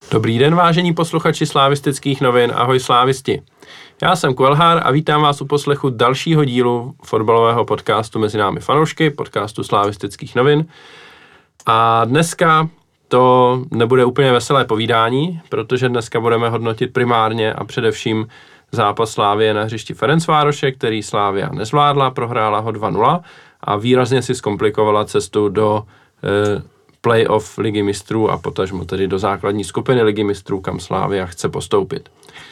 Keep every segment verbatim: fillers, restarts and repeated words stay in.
Dobrý den, vážení posluchači Slavistických novin, ahoj slávisti. Já jsem Kvelhár a vítám vás u poslechu dalšího dílu fotbalového podcastu Mezi námi fanoušky, podcastu Slavistických novin. A dneska to nebude úplně veselé povídání, protože dneska budeme hodnotit primárně a především zápas Slavie na hřišti Ferencvároše, který Slavia nezvládla, prohrála ho dva nula a výrazně si zkomplikovala cestu do e, playoff Ligy mistrů a potažmo tedy do základní skupiny Ligy mistrů, kam Slavia chce postoupit.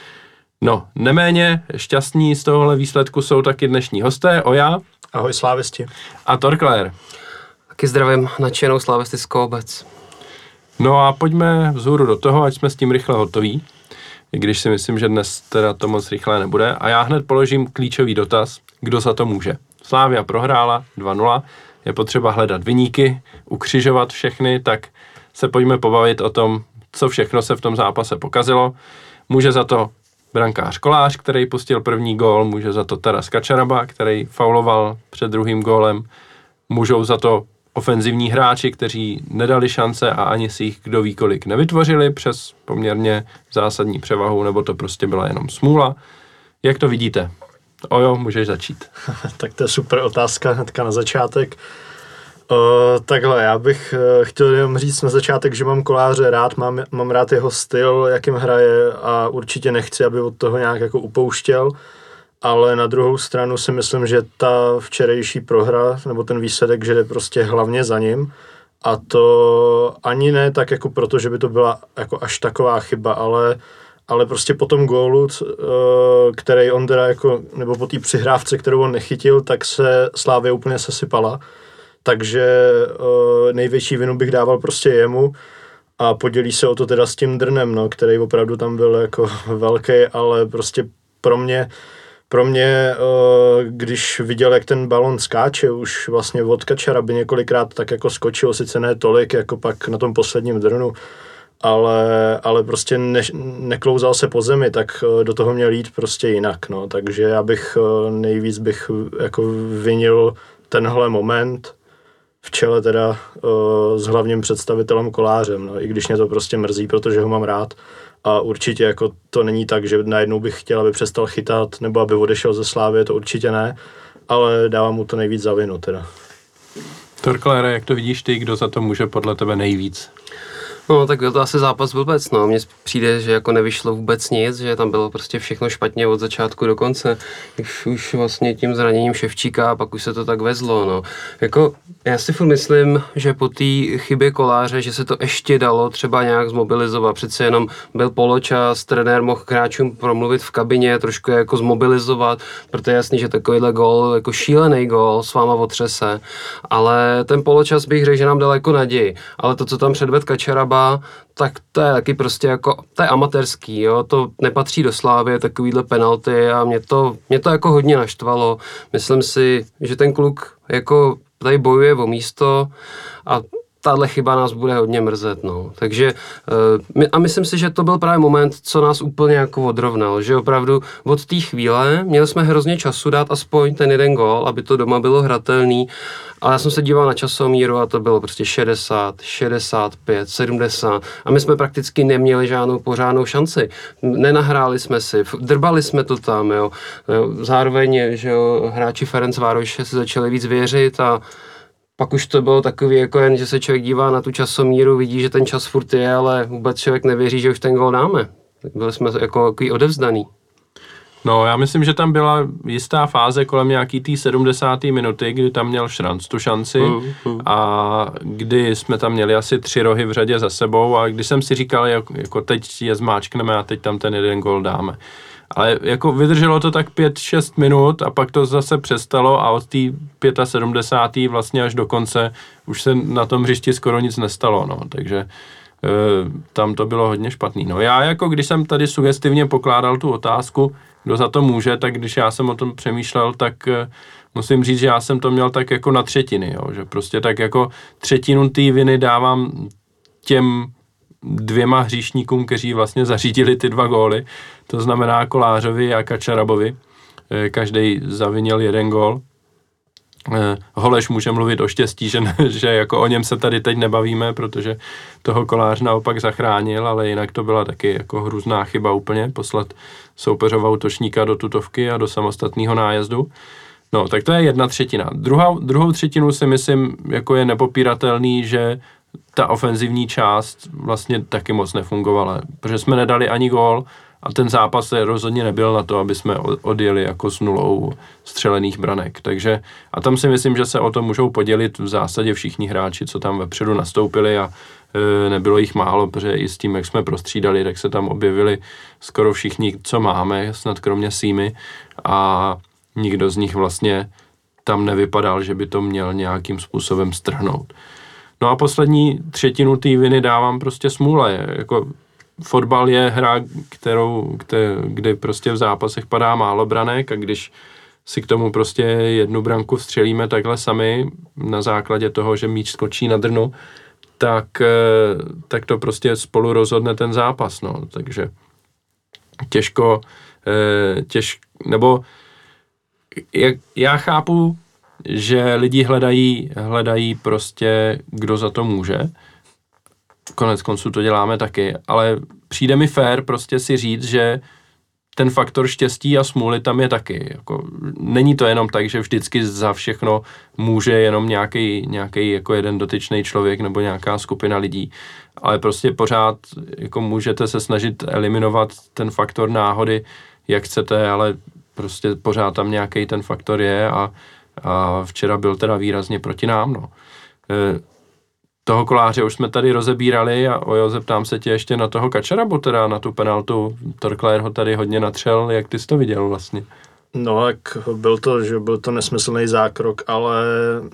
No, neméně šťastní z tohohle výsledku jsou taky dnešní hosté, Oja. Ahoj slávisti. A Torkler. Taky zdravím nadšenou slavistickou obec. No a pojďme vzhůru do toho, ať jsme s tím rychle hotoví, i když si myslím, že dnes teda to moc rychle nebude. A já hned položím klíčový dotaz, kdo za to může. Slavia prohrála dva nula, je potřeba hledat viníky, ukřižovat všechny, tak se pojďme pobavit o tom, co všechno se v tom zápase pokazilo. Může za to brankář Kolář, který pustil první gól, může za to Taras Kačaraba, který fauloval před druhým gólem, můžou za to ofenzivní hráči, kteří nedali šance a ani si jich kdo ví kolik nevytvořili přes poměrně zásadní převahu, nebo to prostě byla jenom smůla. Jak to vidíte? Ojo, můžeš začít. Tak to je super otázka hnedka na začátek. Uh, takhle, já bych uh, chtěl jenom říct na začátek, že mám Koláře rád, mám, mám rád jeho styl, jakým hraje a určitě nechci, aby od toho nějak jako upouštěl, ale na druhou stranu si myslím, že ta včerejší prohra, nebo ten výsledek, že jde prostě hlavně za ním a to ani ne tak jako proto, že by to byla jako až taková chyba, ale ale prostě po tom gólu, který on teda jako, nebo po té přihrávce, kterou on nechytil, tak se Slavia úplně sesypala. Takže největší vinu bych dával prostě jemu a podělí se o to teda s tím Drnem, no, který opravdu tam byl jako velký, ale prostě pro mě, pro mě, když viděl, jak ten balon skáče, už vlastně od Kačaraby několikrát tak jako skočil, sice ne tolik, jako pak na tom posledním Drnu, ale, ale prostě ne, neklouzal se po zemi, tak do toho měl jít prostě jinak, no, takže já bych nejvíc bych jako vinil tenhle moment v čele teda uh, s hlavním představitelem Kolářem, no, i když mě to prostě mrzí, protože ho mám rád a určitě jako to není tak, že najednou bych chtěl, aby přestal chytat nebo aby odešel ze Slávie, to určitě ne, ale dávám mu to nejvíc za vinu teda. Torklére, jak to vidíš ty, kdo za to může podle tebe nejvíc? No, tak byl to asi zápas vůbec, no. Mně přijde, že jako nevyšlo vůbec nic, že tam bylo prostě všechno špatně od začátku do konce. Už, už vlastně tím zraněním Ševčíka a pak už se to tak vezlo, no. Jako, já si furt myslím, že po té chybě Koláře, že se to ještě dalo třeba nějak zmobilizovat. Přece jenom byl poločas, trenér mohl hráčům promluvit v kabině, trošku jako zmobilizovat, protože je jasný, že takovýhle gól, jako šílený gól, s váma otřese. Ale ten poločas bych řekl, že nám dal jako naději. Ale to, co tam předved Kačaraba, tak to je taky prostě jako, to je amatérský, jo, to nepatří do Slávie, takovýhle penalty a mě to, mě to jako hodně naštvalo. Myslím si, že ten kluk jako tady bojuje o místo a tahle chyba nás bude hodně mrzet, no. Takže a myslím si, že to byl právě moment, co nás úplně jako odrovnal, že opravdu od té chvíle měli jsme hrozně času dát aspoň ten jeden gól, aby to doma bylo hratelný, ale já jsem se díval na časomíru a to bylo prostě šedesát, šedesát pět, sedmdesát a my jsme prakticky neměli žádnou pořádnou šanci. Nenahráli jsme si, drbali jsme to tam, jo. Zároveň, že jo, hráči Ferencvároše se začali víc věřit a pak už to bylo takový jako jen, že se člověk dívá na tu časomíru, vidí, že ten čas furt je, ale vůbec člověk nevěří, že už ten gól dáme. Byli jsme jako takový odevzdaný. No, já myslím, že tam byla jistá fáze kolem nějaký té sedmdesáté minuty, kdy tam měl Šranc tu šanci mm, mm. a kdy jsme tam měli asi tři rohy v řadě za sebou a když jsem si říkal, jako teď je zmáčkneme a teď tam ten jeden gól dáme. Ale jako vydrželo to tak pět šest minut a pak to zase přestalo a od té sedmdesáté páté vlastně až do konce už se na tom hřišti skoro nic nestalo, no, takže e, tam to bylo hodně špatný. No já jako když jsem tady sugestivně pokládal tu otázku, kdo za to může, tak když já jsem o tom přemýšlel, tak e, musím říct, že já jsem to měl tak jako na třetiny, jo, že prostě tak jako třetinu té viny dávám těm dvěma hříšníkům, kteří vlastně zařídili ty dva góly, to znamená Kolářovi a Kačarabovi. Každej zavinil jeden gól. Holeš může mluvit o štěstí, že, ne, že jako o něm se tady teď nebavíme, protože toho Kolář naopak zachránil, ale jinak to byla taky jako hrůzná chyba úplně, poslat soupeřova útočníka do tutovky a do samostatného nájezdu. No, tak to je jedna třetina. Druhá, druhou třetinu si myslím, jako je nepopíratelný, že ta ofenzivní část vlastně taky moc nefungovala, protože jsme nedali ani gól a ten zápas rozhodně nebyl na to, aby jsme odjeli jako s nulou střelených branek. Takže a tam si myslím, že se o to můžou podělit v zásadě všichni hráči, co tam vepředu nastoupili a e, nebylo jich málo, protože i s tím, jak jsme prostřídali, tak se tam objevili skoro všichni, co máme, snad kromě Símy a nikdo z nich vlastně tam nevypadal, že by to měl nějakým způsobem strhnout. No a poslední třetinu té viny dávám prostě smůle. Jako fotbal je hra, kterou, kde, kdy prostě v zápasech padá málo branek a když si k tomu prostě jednu branku vstřelíme takhle sami na základě toho, že míč skočí na drnu, tak, tak to prostě spolu rozhodne ten zápas. No. Takže těžko, těž, nebo jak, já chápu, že lidi hledají, hledají prostě, kdo za to může. Konec konců to děláme taky, ale přijde mi fér prostě si říct, že ten faktor štěstí a smůly tam je taky. Jako, není to jenom tak, že vždycky za všechno může jenom nějaký, nějaký jako jeden dotyčný člověk nebo nějaká skupina lidí, ale prostě pořád jako můžete se snažit eliminovat ten faktor náhody, jak chcete, ale prostě pořád tam nějaký ten faktor je a a včera byl teda výrazně proti nám, no. E, toho Koláře už jsme tady rozebírali a ojo, zeptám se tě ještě na toho Kačarabu, teda na tu penaltu. Torklér ho tady hodně natřel, jak ty jsi to viděl vlastně? No, tak byl to, že byl to nesmyslný zákrok, ale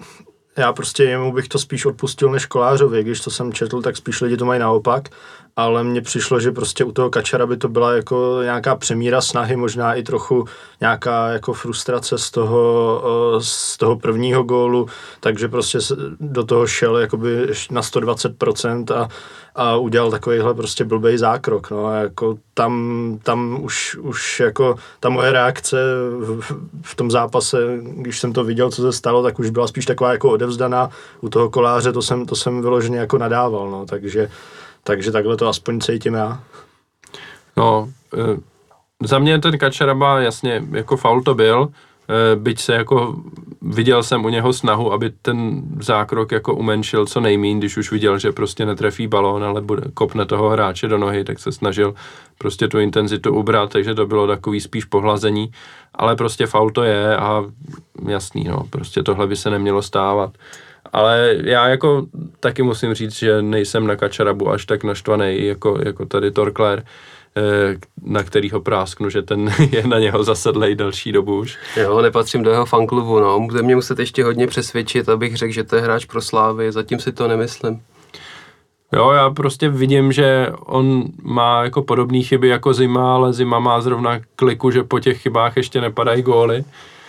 já prostě jemu bych to spíš odpustil než Kolářovi, když to jsem četl, tak spíš lidi to mají naopak, ale mně přišlo, že prostě u toho Kačara by to byla jako nějaká přemíra snahy, možná i trochu nějaká jako frustrace z toho, z toho prvního gólu, takže prostě do toho šel jakoby na sto dvacet procent a, a udělal takovýhle prostě blbej zákrok, no a jako tam, tam už, už jako ta moje reakce v, v tom zápase, když jsem to viděl, co se stalo, tak už byla spíš taková jako odevzdaná. U toho Koláře to jsem, to jsem vyloženě jako nadával, no, takže Takže takhle to aspoň cítím já. No, e, za mě ten Kačaraba, jasně, jako faul to byl, e, byť se jako viděl jsem u něho snahu, aby ten zákrok jako umenšil co nejmíň, když už viděl, že prostě netrefí balón, ale bude, kopne toho hráče do nohy, tak se snažil prostě tu intenzitu ubrat, takže to bylo takový spíš pohlazení, ale prostě faul to je a jasný, no, prostě tohle by se nemělo stávat. Ale já jako taky musím říct, že nejsem na Kačarabu až tak naštvaný jako, jako tady Torklér, na kterýho prásknu, že ten je na něho zasedlej delší dobu už. Jo, nepatřím do jeho fanklubu, no. Bude mě muset ještě hodně přesvědčit, abych řekl, že to je hráč pro Slávy, zatím si to nemyslím. Jo, já prostě vidím, že on má jako podobné chyby jako Zima, ale Zima má zrovna kliku, že po těch chybách ještě nepadají góly.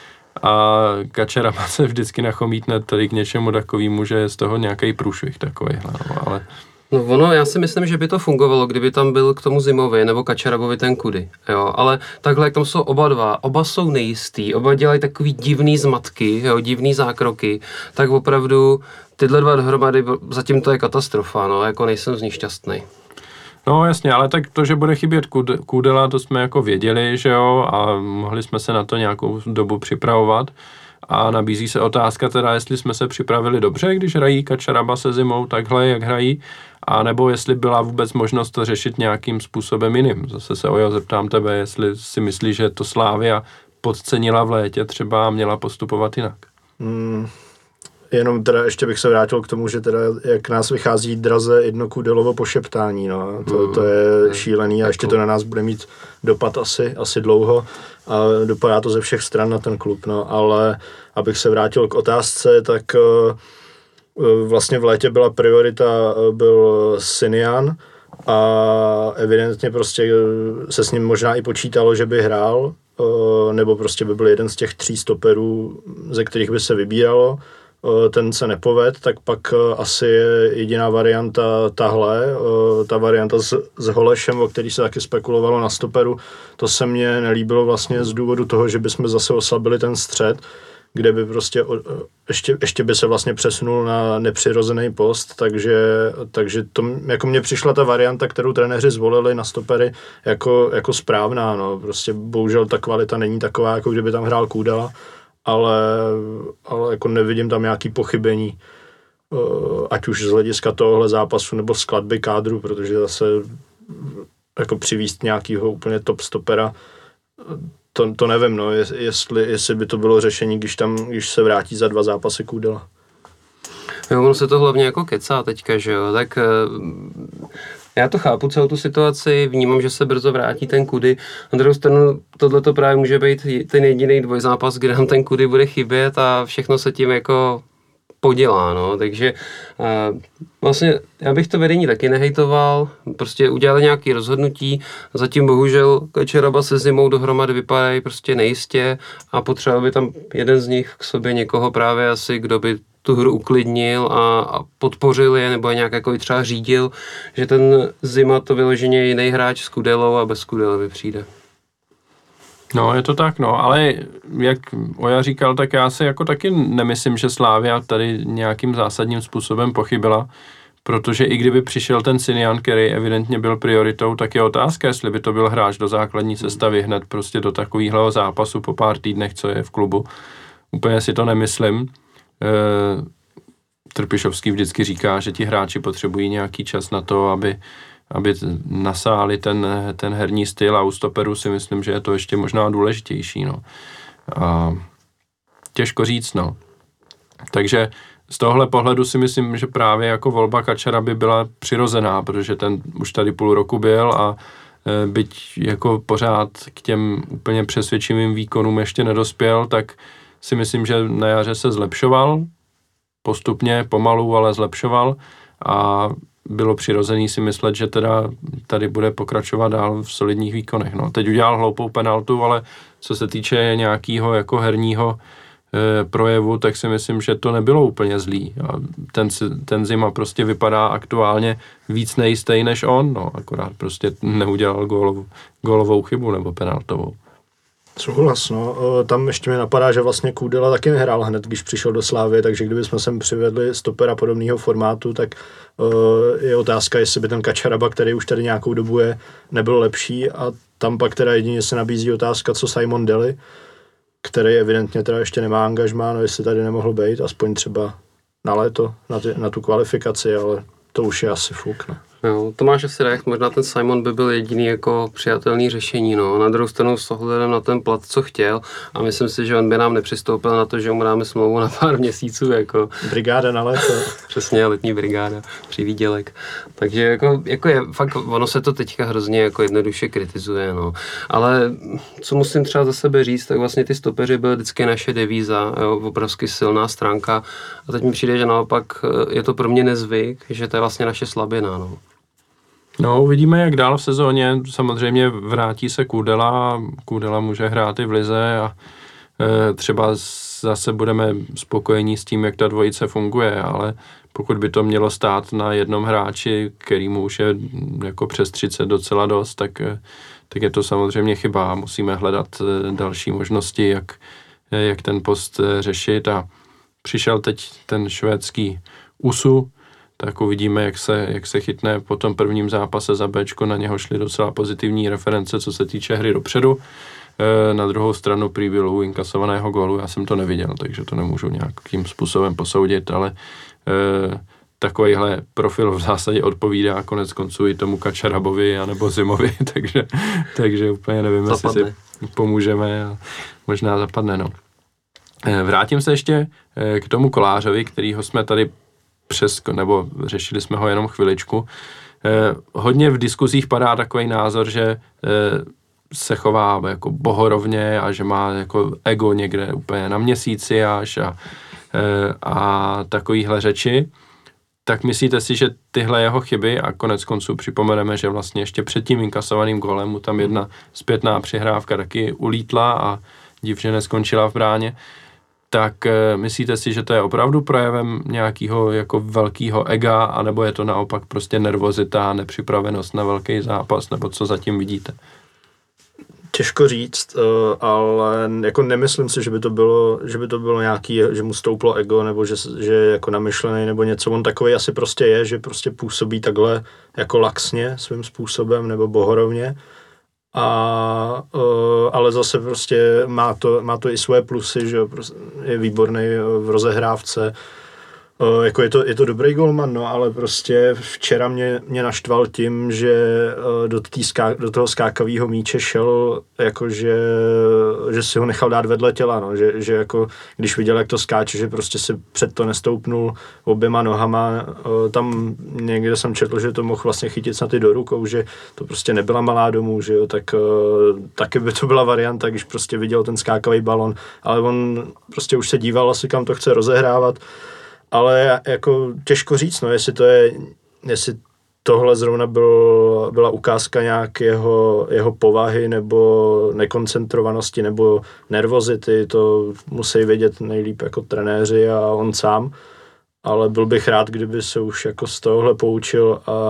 A Kačaraba se vždycky nachomítne tady k něčemu takovému, že je z toho nějaký průšvih takovýhle, no, ale... No ono, já si myslím, že by to fungovalo, kdyby tam byl k tomu Zimovi nebo Kačarabovi ten Kudy, jo, ale takhle, jak tam jsou oba dva, oba jsou nejistý, oba dělají takový divný zmatky, jo, divný zákroky, tak opravdu tyhle dva dohromady, zatím to je katastrofa, no, jako nejsem z nich šťastný. No jasně, ale tak to, že bude chybět Kudela, to jsme jako věděli, že jo, a mohli jsme se na to nějakou dobu připravovat. A nabízí se otázka teda, jestli jsme se připravili dobře, když hrají Kačaraba se Zimou takhle, jak hrají, a nebo jestli byla vůbec možnost to řešit nějakým způsobem jiným. Zase se, Ojo, zeptám tebe, jestli si myslíš, že to Slavia podcenila v létě třeba a měla postupovat jinak. Hmm. Jenom teda ještě bych se vrátil k tomu, že teda jak nás vychází draze jedno Kudelovo pošeptání, no, to, to je šílený a ještě to na nás bude mít dopad asi, asi dlouho a dopadá to ze všech stran na ten klub, no, ale abych se vrátil k otázce, tak vlastně v létě byla priorita, byl Sinian a evidentně prostě se s ním možná i počítalo, že by hrál, nebo prostě by byl jeden z těch tří stoperů, ze kterých by se vybíralo. Ten se nepoved, tak pak asi je jediná varianta tahle, ta varianta s, s Holešem, o který se taky spekulovalo na stoperu. To se mně nelíbilo vlastně z důvodu toho, že bychom zase oslabili ten střed, kde by prostě ještě, ještě by se vlastně přesunul na nepřirozený post, takže, takže to jako mně přišla ta varianta, kterou trenéři zvolili na stopery jako, jako správná, no. Prostě bohužel ta kvalita není taková, jako kdyby tam hrál Kůdela, ale, ale jako nevidím tam nějaký pochybení, ať už z hlediska tohohle zápasu nebo skladby kádru, protože zase jako přivízt nějakýho úplně top stopera, to, to nevím, no, jestli, jestli by to bylo řešení, když tam, když se vrátí za dva zápasy Kůdela. Jo, ono se to hlavně jako kecá teďka, že jo, tak já to chápu, celou tu situaci, vnímám, že se brzo vrátí ten Kudy. Na druhou stranu, tohleto právě může být ten jediný dvojzápas, kde nám ten Kudy bude chybět a všechno se tím jako podělá, no, takže uh, vlastně já bych to vedení taky nehejtoval, prostě udělali nějaké rozhodnutí, zatím bohužel Kačeraba se Zimou dohromady vypadají prostě nejistě a potřeboval by tam jeden z nich k sobě někoho právě asi, kdo by tu hru uklidnil a, a podpořil je, nebo je nějak jako i třeba řídil, že ten Zima to vyloženě jiný hráč s Kudelou a bez Kudely mi přijde. No, je to tak, no, ale jak Oja říkal, tak já se jako taky nemyslím, že Slavia tady nějakým zásadním způsobem pochybila, protože i kdyby přišel ten Sinian, který evidentně byl prioritou, tak je otázka, jestli by to byl hráč do základní sestavy hned prostě do takového zápasu po pár týdnech, co je v klubu. Úplně si to nemyslím. E, Trpišovský vždycky říká, že ti hráči potřebují nějaký čas na to, aby aby nasáli ten, ten herní styl a u stoperů si myslím, že je to ještě možná důležitější, no. A těžko říct, no. Takže z tohle pohledu si myslím, že právě jako volba Kačera by byla přirozená, protože ten už tady půl roku byl a e, byť jako pořád k těm úplně přesvědčivým výkonům ještě nedospěl, tak si myslím, že na jaře se zlepšoval, postupně, pomalu, ale zlepšoval a bylo přirozený si myslet, že teda tady bude pokračovat dál v solidních výkonech. No, teď udělal hloupou penaltu, ale co se týče nějakého jako herního e, projevu, tak si myslím, že to nebylo úplně zlý. A ten, ten Zima prostě vypadá aktuálně víc nejistý než on, no, akorát prostě neudělal gólovou, gólovou chybu nebo penaltovou. Souhlas, no. Tam ještě mi napadá, že vlastně Kůdela taky nehrál hned, když přišel do Slávy, takže kdybychom sem přivedli stopera podobného formátu, tak uh, je otázka, jestli by ten Kačaraba, který už tady nějakou dobu je, nebyl lepší a tam pak teda jedině se nabízí otázka, co Simon Daly, který evidentně teda ještě nemá angažmá, no jestli tady nemohl být, aspoň třeba na léto, na, ty, na tu kvalifikaci, ale to už je asi fuk, no. Jo, to máš asi recht, možná ten Simon by byl jediný jako přijatelný řešení, no. Na druhou stranu s ohledem na ten plat, co chtěl a myslím si, že on by nám nepřistoupil na to, že mu dáme smlouvu na pár měsíců, jako. Brigáda na léto. Přesně, letní brigáda, přivídělek. Takže jako, jako je, fakt ono se to teďka hrozně jako jednoduše kritizuje, no. Ale co musím třeba za sebe říct, tak vlastně ty stopeři byly vždycky naše devíza, jo, obrovsky silná stránka a teď mi přijde, že naopak je to pro mě nezvyk, že to je vlastně naše slabina, no. No, uvidíme, jak dál v sezóně. Samozřejmě vrátí se Kůdela, Kůdela může hrát i v lize a e, třeba zase budeme spokojení s tím, jak ta dvojice funguje, ale pokud by to mělo stát na jednom hráči, kterýmu už je jako přes třicet docela dost, tak, tak je to samozřejmě chyba. Musíme hledat další možnosti, jak, jak ten post řešit a přišel teď ten švédský Usu, tak uvidíme, jak se, jak se chytne po tom prvním zápase za Bčko, na něho šly docela pozitivní reference, co se týče hry dopředu. E, na druhou stranu prý byl u inkasovaného gólu, já jsem to neviděl, takže to nemůžu nějakým způsobem posoudit, ale e, takovýhle profil v zásadě odpovídá konec konců i tomu Kačarabovi anebo Zimovi, takže, takže úplně nevím, zapadne. Jestli si pomůžeme a možná zapadne, no. E, vrátím se ještě e, k tomu Kolářovi, kterýho jsme tady přes, nebo řešili jsme ho jenom chviličku. Eh, hodně v diskuzích padá takový názor, že eh, se chová jako bohorovně a že má jako ego někde úplně na měsíci až a, eh, a takovýhle řeči. Tak myslíte si, že tyhle jeho chyby, a konec konců připomeneme, že vlastně ještě před tím inkasovaným golem mu tam jedna zpětná přihrávka taky ulítla a div, že neskončila v bráně, tak myslíte si, že to je opravdu projevem nějakého jako velkého ega, anebo je to naopak prostě nervozita, nepřipravenost na velký zápas, nebo co zatím vidíte? Těžko říct, ale jako nemyslím si, že by to bylo, že by to bylo nějaký, že mu stouplo ego, nebo že, že je jako namyšlený, nebo něco. On takový asi prostě je, že prostě působí takhle jako laxně svým způsobem, nebo bohorovně. A, ale zase prostě má to, má to i svoje plusy, že je výborný v rozehrávce. Uh, jako je to, je to dobrý golman, no, ale prostě včera mě, mě naštval tím, že uh, do, ská, do toho skákavého míče šel, jakože, že si ho nechal dát vedle těla, no, že, že jako, když viděl, jak to skáče, že prostě si před to nestoupnul oběma nohama, uh, tam někde jsem četl, že to mohl vlastně chytit snad i do rukou, že to prostě nebyla malá domů, že jo, tak uh, taky by to byla varianta, když prostě viděl ten skákavý balon, ale on prostě už se díval asi, kam to chce rozehrávat. Ale jako těžko říct, no, jestli to je, jestli tohle zrovna byl, byla ukázka nějak jeho, jeho povahy nebo nekoncentrovanosti nebo nervozity, to musí vědět nejlíp jako trenéři a on sám. Ale byl bych rád, kdyby se už jako z tohohle poučil a,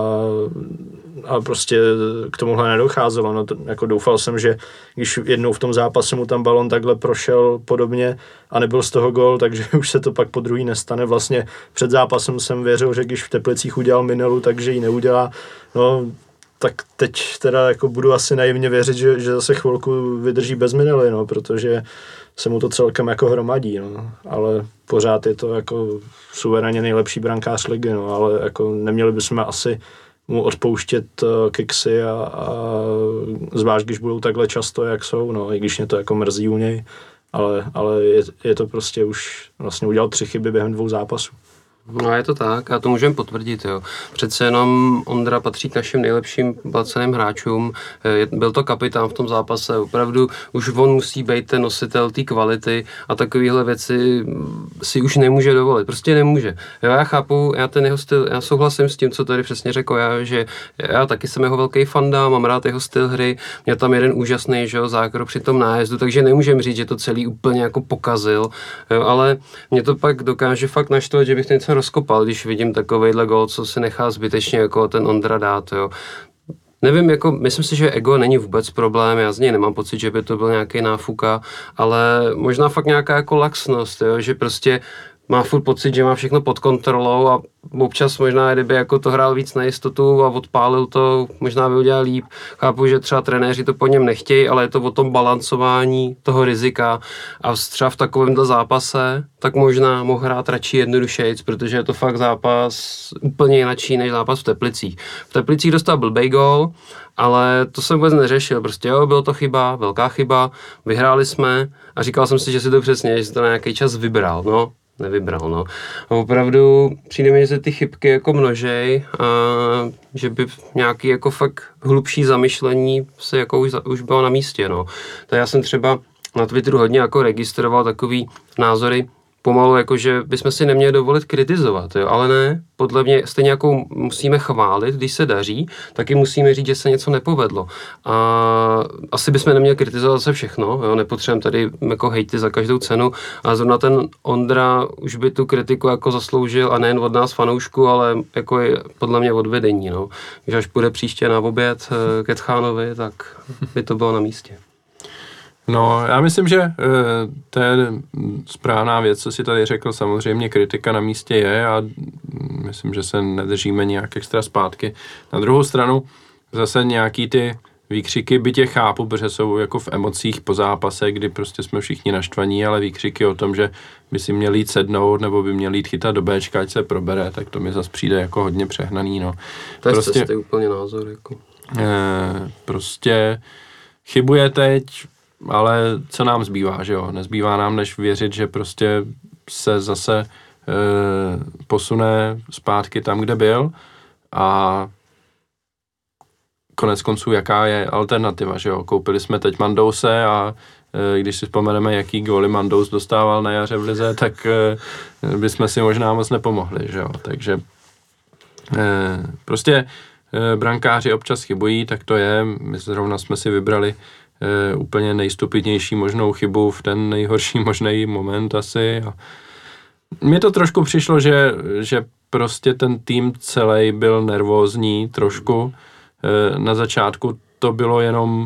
a prostě k tomuhle nedocházelo. No, to, jako doufal jsem, že když jednou v tom zápase mu tam balon takhle prošel podobně a nebyl z toho gól, takže už se to pak po druhý nestane. Vlastně před zápasem jsem věřil, že když v Teplicích udělal Minelu, takže ji neudělá. No, tak teď teda jako budu asi naivně věřit, že, že zase chvilku vydrží bez Minely, no, protože se mu to celkem jako hromadí, no, ale pořád je to jako suverénně nejlepší brankář ligy, no, ale jako neměli bychom asi mu odpouštět uh, kiksy a, a zvlášť, když budou takhle často, jak jsou, no, i když mě to jako mrzí u něj, ale, ale je, je to prostě už vlastně udělal tři chyby během dvou zápasů. No je to tak, a to můžeme potvrdit, jo. Přece jenom Ondra patří k našim nejlepším placeným hráčům, byl to kapitán v tom zápase, opravdu už on musí být ten nositel té kvality a takovéhle věci si už nemůže dovolit, prostě nemůže. Jo, já chápu, já ten jeho styl, já souhlasím s tím, co tady přesně řekl já, že já taky jsem jeho velký fanda, mám rád jeho styl hry, měl tam jeden úžasný, že jo, zákrok při tom nájezdu, takže nemůžem říct, že to celý úplně jako pokazil, jo, ale mě to pak dokáže fakt naštvat, že bych to něco rozkopal, když vidím takovejhle gól, co si nechá zbytečně jako ten Ondra dát, jo. Nevím, jako, myslím si, že ego není vůbec problém, já z něj nemám pocit, že by to byl nějaký náfuka, ale možná fakt nějaká jako laxnost, jo, že prostě má furt pocit, že má všechno pod kontrolou a občas možná, kdyby jako to hrál víc na jistotu a odpálil to, možná by udělal líp. Chápu, že třeba trenéři to po něm nechtějí, ale je to o tom balancování toho rizika a třeba v takovémhle zápase tak možná mohl hrát radši jednodušejc, protože je to fakt zápas úplně jinačí než zápas v Teplicích. V Teplicích dostal blbej gól, ale to jsem vůbec neřešil, prostě jo, bylo to chyba, velká chyba, vyhráli jsme a říkal jsem si, že si to přesně, že si to na nějaký čas vybral, no. Nevybral, no. A opravdu přijde mi, že se ty chybky jako množej a že by nějaký jako fakt hlubší zamyšlení se jako už, už bylo na místě, no. Tak já jsem třeba na Twitteru hodně jako registroval takový názory, pomalu jako, že bychom si neměli dovolit kritizovat, jo, ale ne, podle mě stejně jako musíme chválit, když se daří, taky musíme říct, že se něco nepovedlo. A asi bychom neměli kritizovat se všechno, jo, nepotřebujeme tady jako hejty za každou cenu, a zrovna ten Ondra už by tu kritiku jako zasloužil a nejen od nás fanoušků, ale jako je podle mě od vedení, no. Když až půjde příště na oběd ke Tchánovi, tak by to bylo na místě. No, já myslím, že e, to je správná věc, co si tady řekl, samozřejmě kritika na místě je a myslím, že se nedržíme nějak extra zpátky. Na druhou stranu zase nějaký ty výkřiky, byť je chápu, protože jsou jako v emocích po zápase, kdy prostě jsme všichni naštvaní, ale výkřiky o tom, že by si měli jít sednout nebo by měli jít chytat do Bčka, ať se probere, tak to mi zase přijde jako hodně přehnaný, no. To je prostě, to je úplně názor, jako. E, prostě chybuje teď, ale co nám zbývá, že jo? Nezbývá nám, než věřit, že prostě se zase e, posune zpátky tam, kde byl a konec konců, jaká je alternativa, že jo? Koupili jsme teď Mandouse a e, když si vzpomeneme, jaký góly Mandous dostával na jaře v lize, tak e, bychom si možná moc nepomohli, že jo? Takže e, prostě e, brankáři občas chybují, tak to je. My zrovna jsme si vybrali Uh, úplně nejstupidnější možnou chybu v ten nejhorší možný moment asi. A mně to trošku přišlo, že, že prostě ten tým celý byl nervózní trošku. Uh, na začátku to bylo jenom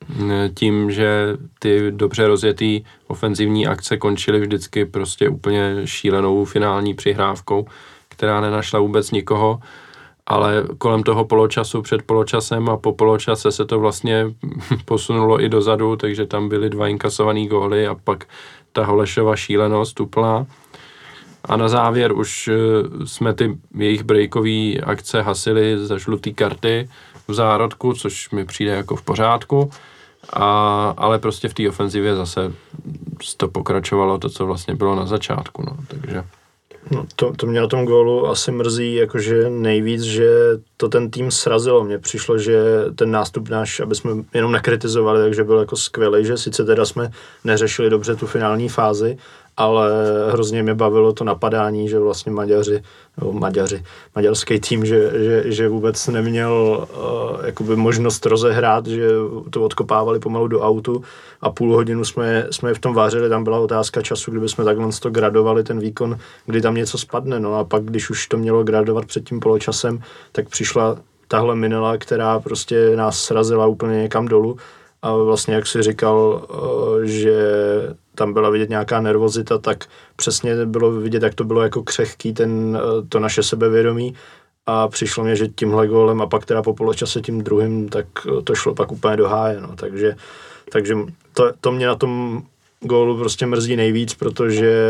tím, že ty dobře rozjetý ofenzivní akce končily vždycky prostě úplně šílenou finální přihrávkou, která nenašla vůbec nikoho, ale kolem toho poločasu, před poločasem a po poločase se to vlastně posunulo i dozadu, takže tam byly dva inkasovaný góly a pak ta Holešova šílenost úplná. A na závěr už jsme ty jejich breakové akce hasili za žlutý karty v zárodku, což mi přijde jako v pořádku, a, ale prostě v té ofenzivě zase to pokračovalo to, co vlastně bylo na začátku. No, takže... No, to, to mě na tom gólu asi mrzí jakože nejvíc, že to ten tým srazilo. Mně přišlo, že ten nástup náš, aby jsme jenom nekritizovali, takže byl jako skvělý, že sice teda jsme neřešili dobře tu finální fázi, ale hrozně mě bavilo to napadání, že vlastně Maďaři, no Maďaři, maďarský tým, že, že, že vůbec neměl uh, jakoby možnost rozehrát, že to odkopávali pomalu do autu a půl hodinu jsme, jsme v tom vářili, tam byla otázka času, kdyby jsme takhle to gradovali, ten výkon, kdy tam něco spadne, no a pak, když už to mělo gradovat před tím poločasem, tak přišla tahle minela, která prostě nás srazila úplně někam dolů a vlastně, jak jsi říkal, uh, že tam byla vidět nějaká nervozita, tak přesně bylo vidět, jak to bylo jako křehký ten, to naše sebevědomí a přišlo mě, že tímhle gólem a pak teda po poločase tím druhým, tak to šlo pak úplně do háje, no. takže, takže to, to mě na tom gólu prostě mrzí nejvíc, protože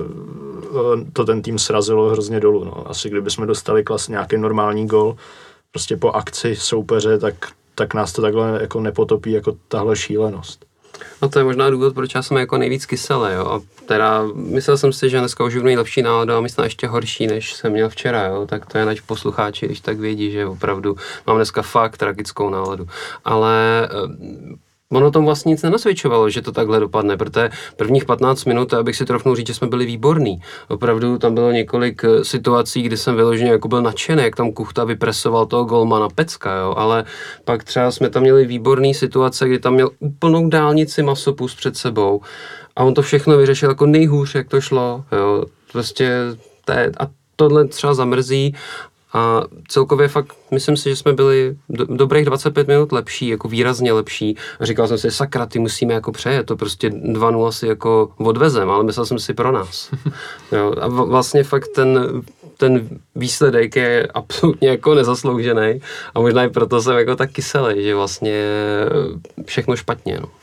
to ten tým srazilo hrozně dolů, no. Asi kdybychom dostali klas nějaký normální gól prostě po akci soupeře, tak, tak nás to takhle jako nepotopí jako tahle šílenost. No to je možná důvod, proč já jsem jako nejvíc kyselý, jo. A teda myslel jsem si, že dneska už budu mít lepší náladu a myslím ještě horší, než jsem měl včera, jo. Tak to je nač poslucháči, když tak vědí, že opravdu mám dneska fakt tragickou náladu. Ale ono tom vlastně nic nenasvědčovalo, že to takhle dopadne, protože prvních patnáct minut, abych si trofnul říct, že jsme byli výborní. Opravdu tam bylo několik situací, kdy jsem vyloženě jako byl nadšený, jak tam Kuchta vypresoval toho golmana Pecka, jo, ale pak třeba jsme tam měli výborný situace, kdy tam měl úplnou dálnici Masopust před sebou a on to všechno vyřešil jako nejhůř, jak to šlo, jo. Prostě to je, a tohle třeba zamrzí. A celkově fakt, myslím si, že jsme byli do, dobrých dvacet pět minut lepší, jako výrazně lepší. A říkal jsem si, sakra, ty musíme jako přejet, to prostě dva nula si jako odvezem, ale myslel jsem si pro nás. Jo, a vlastně fakt ten, ten výsledek je absolutně jako nezasloužený a možná i proto jsem jako tak kyselý, že vlastně všechno špatně, no.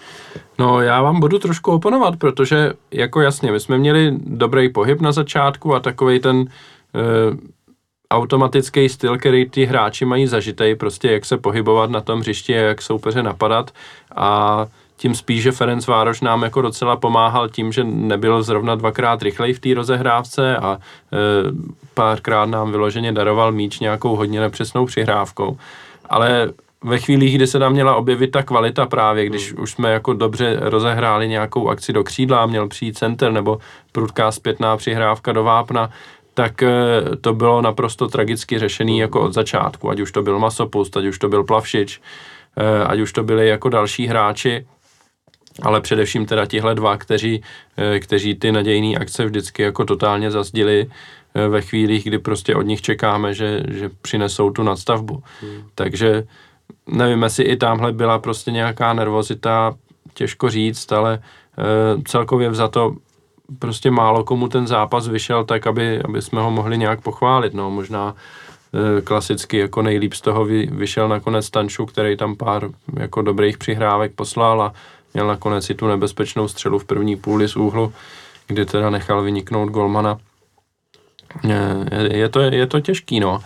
No, já vám budu trošku oponovat, protože jako jasně, my jsme měli dobrý pohyb na začátku a takovej ten uh, automatický styl, který ty hráči mají zažitej, prostě jak se pohybovat na tom hřišti, jak soupeře napadat a tím spíš, že Ferencvároš nám jako docela pomáhal tím, že nebyl zrovna dvakrát rychlej v té rozehrávce a e, párkrát nám vyloženě daroval míč nějakou hodně nepřesnou přihrávkou. Ale ve chvílích, kdy se tam měla objevit ta kvalita právě, když už jsme jako dobře rozehráli nějakou akci do křídla, měl přijít center nebo prudká zpětná přihrávka do vápna, tak to bylo naprosto tragicky řešený jako od začátku, ať už to byl Masopust, ať už to byl Plavšič, ať už to byli jako další hráči, ale především teda tihle dva, kteří, kteří ty nadějné akce vždycky jako totálně zazdili ve chvílích, kdy prostě od nich čekáme, že, že přinesou tu nadstavbu. Hmm. Takže nevím, jestli i tamhle byla prostě nějaká nervozita, těžko říct, ale celkově vzato prostě málo komu ten zápas vyšel tak, aby, aby jsme ho mohli nějak pochválit. No, možná e, klasicky jako nejlíp z toho vy, vyšel nakonec Tanču, který tam pár jako dobrých přihrávek poslal a měl nakonec i tu nebezpečnou střelu v první půli z úhlu, kdy teda nechal vyniknout golmana. E, je, to, je to těžký, no.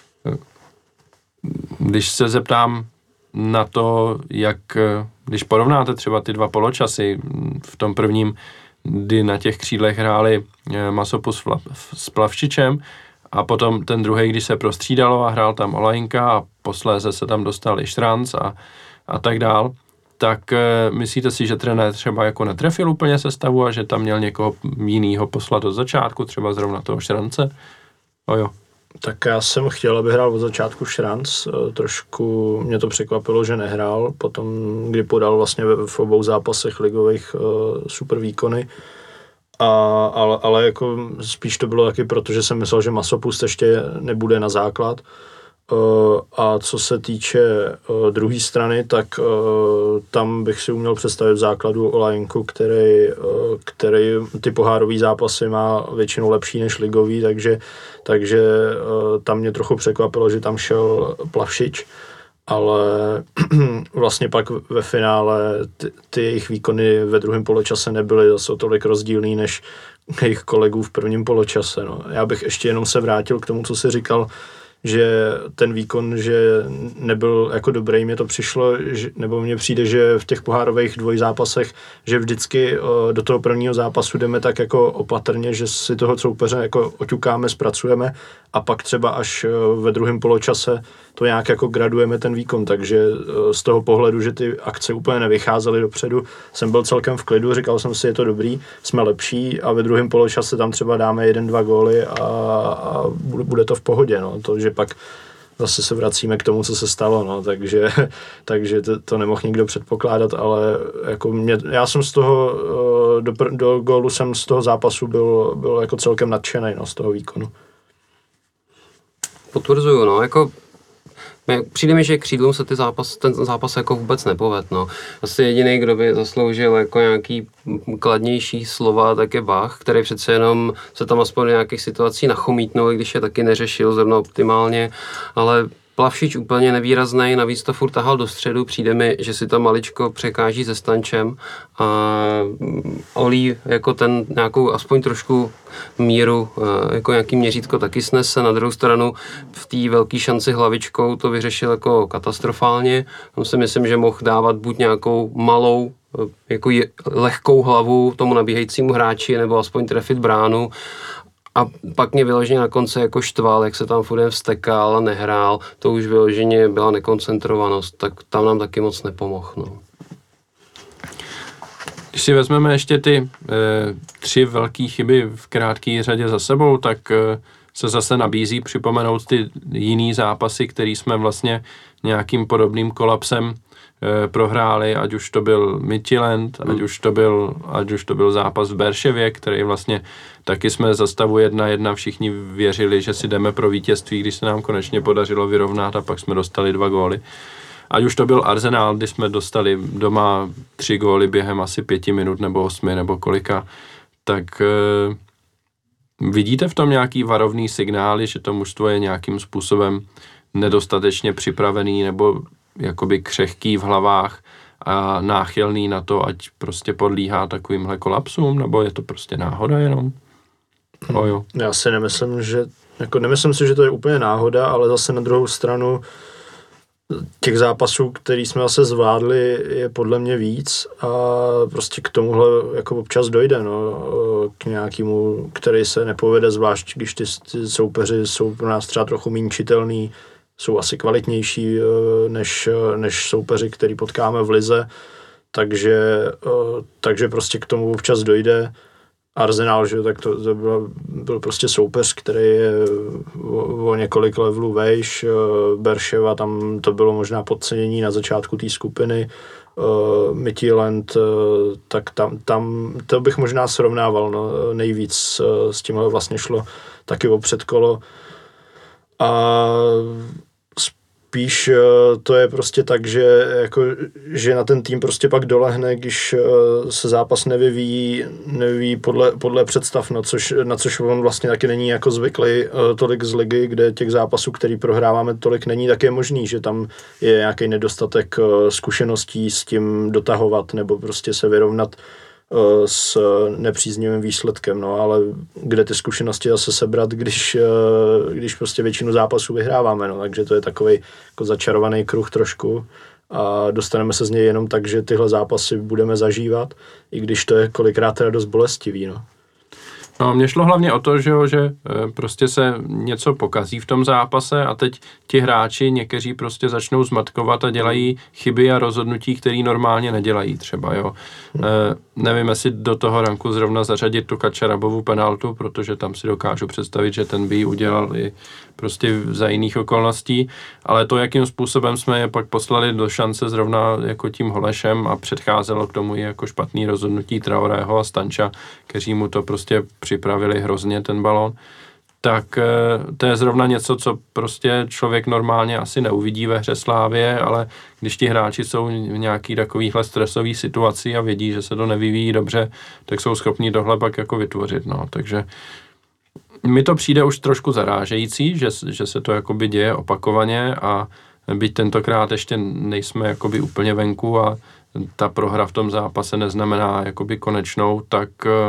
Když se zeptám na to, jak, když porovnáte třeba ty dva poločasy v tom prvním, kdy na těch křídlech hráli Masopust s Plavšičem a potom ten druhý, když se prostřídalo a hrál tam Olajinka a posléze se tam dostal i Šranc a, a tak dál, tak e, myslíte si, že trenér třeba jako netrefil úplně sestavu a že tam měl někoho jinýho poslat od začátku, třeba zrovna toho Šrance? O jo. Tak já jsem chtěl, aby hrál od začátku Šranc, trošku mě to překvapilo, že nehrál, potom kdy podal vlastně v obou zápasech ligových uh, super výkony, a, ale, ale jako spíš to bylo taky proto, že jsem myslel, že Masopust ještě nebude na základ A co se týče druhé strany, tak tam bych si uměl představit v základu Olajenku, který, který ty pohárové zápasy má většinou lepší než ligový, takže, takže tam mě trochu překvapilo, že tam šel Plavšič, ale vlastně pak ve finále ty, ty jejich výkony ve druhém poločase nebyly zase o tolik rozdílný než jejich kolegů v prvním poločase. No. Já bych ještě jenom se vrátil k tomu, co jsi říkal, že ten výkon, že nebyl jako dobrý, mě to přišlo, že, nebo mně přijde, že v těch pohárových dvojzápasech, že vždycky uh, do toho prvního zápasu jdeme tak jako opatrně, že si toho soupeře jako oťukáme, zpracujeme a pak třeba až uh, ve druhém poločase to nějak jako gradujeme ten výkon, takže uh, z toho pohledu, že ty akce úplně nevycházely dopředu, jsem byl celkem v klidu, říkal jsem si, je to dobrý, jsme lepší a ve druhém poločase tam třeba dáme jeden, dva góly a, a bude to v pohodě, no, to, že pak zase se vracíme k tomu, co se stalo, no, takže, takže to, to nemohl nikdo předpokládat, ale jako mě, já jsem z toho, do, do gólu jsem z toho zápasu byl, byl jako celkem nadšenej, no, z toho výkonu. Potvrzuju, no, jako přijde mi, že křídlům se ty zápas, ten zápas jako vůbec nepoved, no. Asi jediný, kdo by zasloužil jako nějaký kladnější slova, tak je Bach, který přece jenom se tam aspoň nějakých situací nachomítnul, i když je taky neřešil zrovna optimálně, ale Plavšič úplně nevýraznej, navíc to furt tahal do středu, přijde mi, že si to maličko překáží se Stančem a Olí jako ten nějakou aspoň trošku míru, jako nějaký měřítko taky snese, na druhou stranu v té velké šanci hlavičkou to vyřešil jako katastrofálně, tam si myslím, že mohl dávat buď nějakou malou, jako je, lehkou hlavu tomu nabíhajícímu hráči, nebo aspoň trefit bránu. A pak mě vyloženě na konci jako štval, jak se tam furt vstekal a nehrál, to už vyloženě byla nekoncentrovanost, tak tam nám taky moc nepomohl. No. Když si vezmeme ještě ty e, tři velké chyby v krátké řadě za sebou, tak e, se zase nabízí připomenout ty jiný zápasy, které jsme vlastně nějakým podobným kolapsem e, prohráli, ať už to byl Midtjylland, ať už to byl, ať už to byl zápas v Berševě, který vlastně taky jsme za stavu jedna jedna všichni věřili, že si jdeme pro vítězství, když se nám konečně podařilo vyrovnat a pak jsme dostali dva góly. Ať už to byl Arsenal, kdy jsme dostali doma tři góly během asi pěti minut nebo osmi nebo kolika, tak e, vidíte v tom nějaký varovný signály, že to mužstvo je nějakým způsobem nedostatečně připravený nebo jakoby křehký v hlavách a náchylný na to, ať prostě podlíhá takovýmhle kolapsům, nebo je to prostě náhoda jenom? Ojo. Já si nemyslím, že, jako nemyslím si, že to je úplně náhoda, ale zase na druhou stranu těch zápasů, který jsme zase zvládli, je podle mě víc a prostě k tomuhle jako občas dojde, no, k nějakému, který se nepovede, zvlášť když ty, ty soupeři jsou pro nás třeba trochu méně čitelný, jsou asi kvalitnější než, než soupeři, který potkáme v lize, takže, takže prostě k tomu občas dojde. Arsenal, že tak to, to byl, byl prostě soupeř, který je o, o několik levelů vejš, Berševa, tam to bylo možná podcenění na začátku té skupiny, uh, Midtjylland, uh, tak tam, tam to bych možná srovnával, no, nejvíc uh, s tímhle vlastně šlo taky o předkolo a spíš to je prostě tak, že, jako, že na ten tým prostě pak dolehne, když se zápas nevyvíjí, nevyvíjí podle, podle představ, na což, na což on vlastně taky není jako zvyklý tolik z ligy, kde těch zápasů, který prohráváme tolik není, tak je možný, že tam je nějaký nedostatek zkušeností s tím dotahovat nebo prostě se vyrovnat s nepříznivým výsledkem, no, ale kde ty zkušenosti zase sebrat, když, když prostě většinu zápasů vyhráváme, no, takže to je takovej jako začarovaný kruh trošku a dostaneme se z něj jenom tak, že tyhle zápasy budeme zažívat, i když to je kolikrát teda dost bolestivý, no. No, mně šlo hlavně o to, že, jo, že prostě se něco pokazí v tom zápase a teď ti hráči někteří prostě začnou zmatkovat a dělají chyby a rozhodnutí, které normálně nedělají třeba, jo. E, nevím, jestli do toho ranku zrovna zařadit tu Kačarabovu penaltu, protože tam si dokážu představit, že ten by ji udělal i prostě za jiných okolností, ale to, jakým způsobem jsme je pak poslali do šance zrovna jako tím Holešem a předcházelo k tomu i jako špatný rozhodnutí Traorého a Stanča, kteří mu to prostě připravili hrozně ten balón, tak to je zrovna něco, co prostě člověk normálně asi neuvidí ve hře Slávie, ale když ti hráči jsou v nějaký takovýhle stresový situaci a vědí, že se to nevyvíjí dobře, tak jsou schopní tohle pak jako vytvořit, no, takže mi to přijde už trošku zarážející, že, že se to jakoby děje opakovaně a byť tentokrát ještě nejsme jakoby úplně venku a ta prohra v tom zápase neznamená jakoby konečnou, tak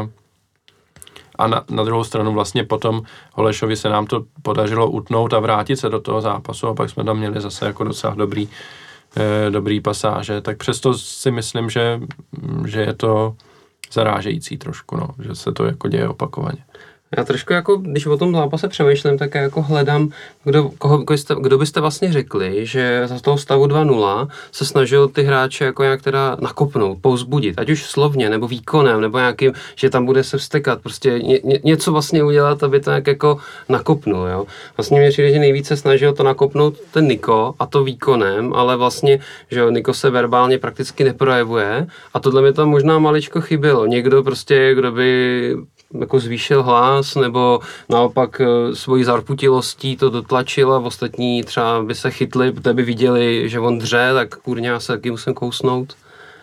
a na, na druhou stranu vlastně potom Holešovi se nám to podařilo utnout a vrátit se do toho zápasu a pak jsme tam měli zase jako docela dobrý, eh, dobrý pasáže, tak přesto si myslím, že, že je to zarážející trošku, no, že se to jako děje opakovaně. Já trošku jako, když o tom zápase přemýšlím, tak já jako hledám, kdo, koho, kdo, jste, kdo byste vlastně řekli, že za toho stavu dva nula se snažil ty hráče jako nějak teda nakopnout, povzbudit, ať už slovně, nebo výkonem, nebo nějakým, že tam bude se vztekat, prostě ně, ně, něco vlastně udělat, aby to nějak jako nakopnul, jo. Vlastně mě přijde, že nejvíce snažil to nakopnout ten Niko, a to výkonem, ale vlastně, že jo, Niko se verbálně prakticky neprojevuje a tohle mi tam možná maličko chybělo. Někdo prostě, kdo by jako zvýšil hlas, nebo naopak svojí zarputilostí to dotlačil a ostatní třeba by se chytli, protože by viděli, že on dře, tak kurně já se taky musím kousnout.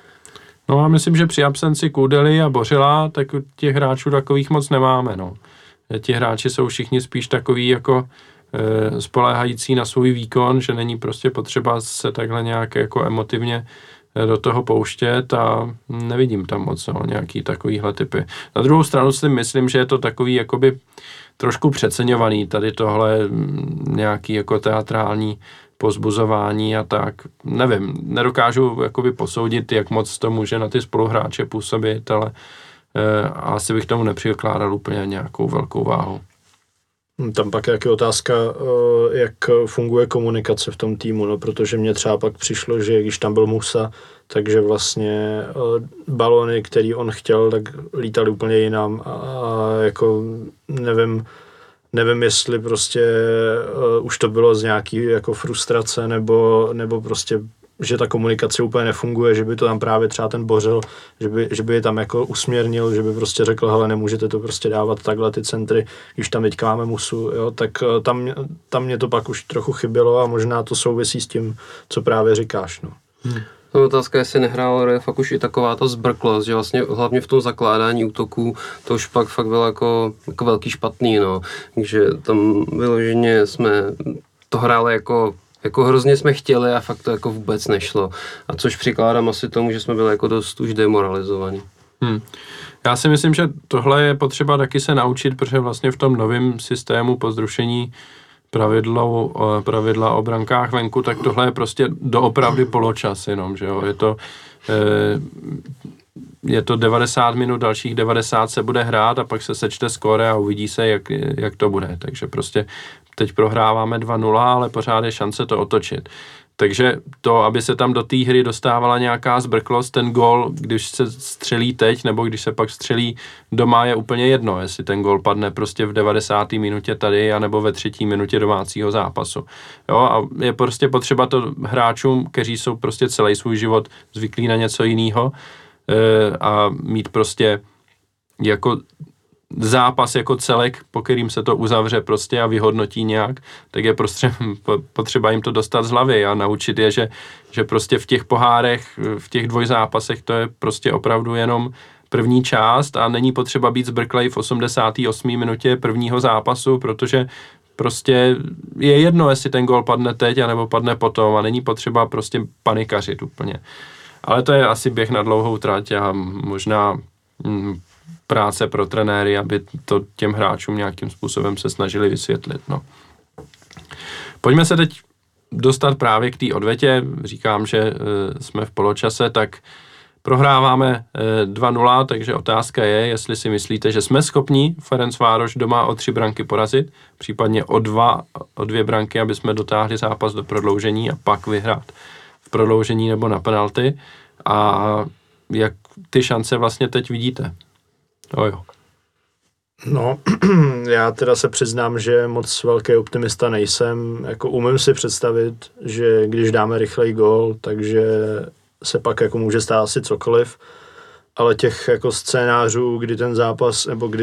No a myslím, že při absenci Kudely a Bořila, tak těch hráčů takových moc nemáme, no. Ti hráči jsou všichni spíš takový jako e, spoléhající na svůj výkon, že není prostě potřeba se takhle nějak jako emotivně do toho pouštět a nevidím tam moc no, nějaký takovýhle typy. Na druhou stranu si myslím, že je to takový jakoby trošku přeceňovaný tady tohle nějaký jako teatrální pozbuzování a tak. Nevím, nedokážu jakoby posoudit, jak moc to může na ty spoluhráče působit, ale eh, asi bych tomu nepřikládal úplně nějakou velkou váhu. Tam pak je otázka, jak funguje komunikace v tom týmu, no, protože mně třeba pak přišlo, že když tam byl Musa, takže vlastně balony, který on chtěl, tak lítaly úplně jinam a jako nevím, nevím, jestli prostě už to bylo z nějaký jako frustrace nebo, nebo prostě že ta komunikace úplně nefunguje, že by to tam právě třeba ten Bořil, že by, že by je tam jako usměrnil, že by prostě řekl, hele, nemůžete to prostě dávat takhle ty centry, když tam teďka máme Musu, jo, tak tam, tam mě to pak už trochu chybělo a možná to souvisí s tím, co právě říkáš, no. Hmm. No, otázka, jestli nehrál je fakt už i taková ta zbrklost, že vlastně hlavně v tom zakládání útoků to už pak fakt bylo jako, jako velký špatný, no, takže tam vyloženě jsme to hráli jako Jako hrozně jsme chtěli a fakt to jako vůbec nešlo. A což přikládám asi tomu, že jsme byli jako dost už demoralizovaní. Hmm. Já si myslím, že tohle je potřeba taky se naučit, protože vlastně v tom novém systému po zrušení pravidlo, pravidla o brankách venku, tak tohle je prostě doopravdy poločas jenom, že jo. Je to, je to devadesát minut, dalších devadesát se bude hrát a pak se sečte skóre a uvidí se, jak, jak to bude. Takže prostě teď prohráváme dva nula, ale pořád je šance to otočit. Takže to, aby se tam do té hry dostávala nějaká zbrklost, ten gól, když se střelí teď, nebo když se pak střelí doma, je úplně jedno, jestli ten gól padne prostě v devadesáté minutě tady, anebo ve třetí minutě domácího zápasu. Jo, a je prostě potřeba to hráčům, kteří jsou prostě celý svůj život zvyklí na něco jiného e, a mít prostě jako zápas jako celek, po kterým se to uzavře prostě a vyhodnotí nějak, tak je prostě potřeba jim to dostat z hlavy a naučit je, že, že prostě v těch pohárech, v těch dvojzápasech to je prostě opravdu jenom první část a není potřeba být zbrklej v osmdesáté osmé minutě prvního zápasu, protože prostě je jedno, jestli ten gól padne teď, anebo padne potom a není potřeba prostě panikařit úplně. Ale to je asi běh na dlouhou trať a možná hm, práce pro trenéry, aby to těm hráčům nějakým způsobem se snažili vysvětlit. No. Pojďme se teď dostat právě k té odvetě. Říkám, že e, jsme v poločase, tak prohráváme e, dva nula, takže otázka je, jestli si myslíte, že jsme schopni Ferencvároš doma o tři branky porazit, případně o, dva, o dvě branky, aby jsme dotáhli zápas do prodloužení a pak vyhrát v prodloužení nebo na penalty. A jak ty šance vlastně teď vidíte? Oh jo. No, já teda se přiznám, že moc velký optimista nejsem. Jako umím si představit, že když dáme rychlej gól, takže se pak jako může stát asi cokoliv, ale těch jako scénářů, kdy ten zápas, nebo kdy,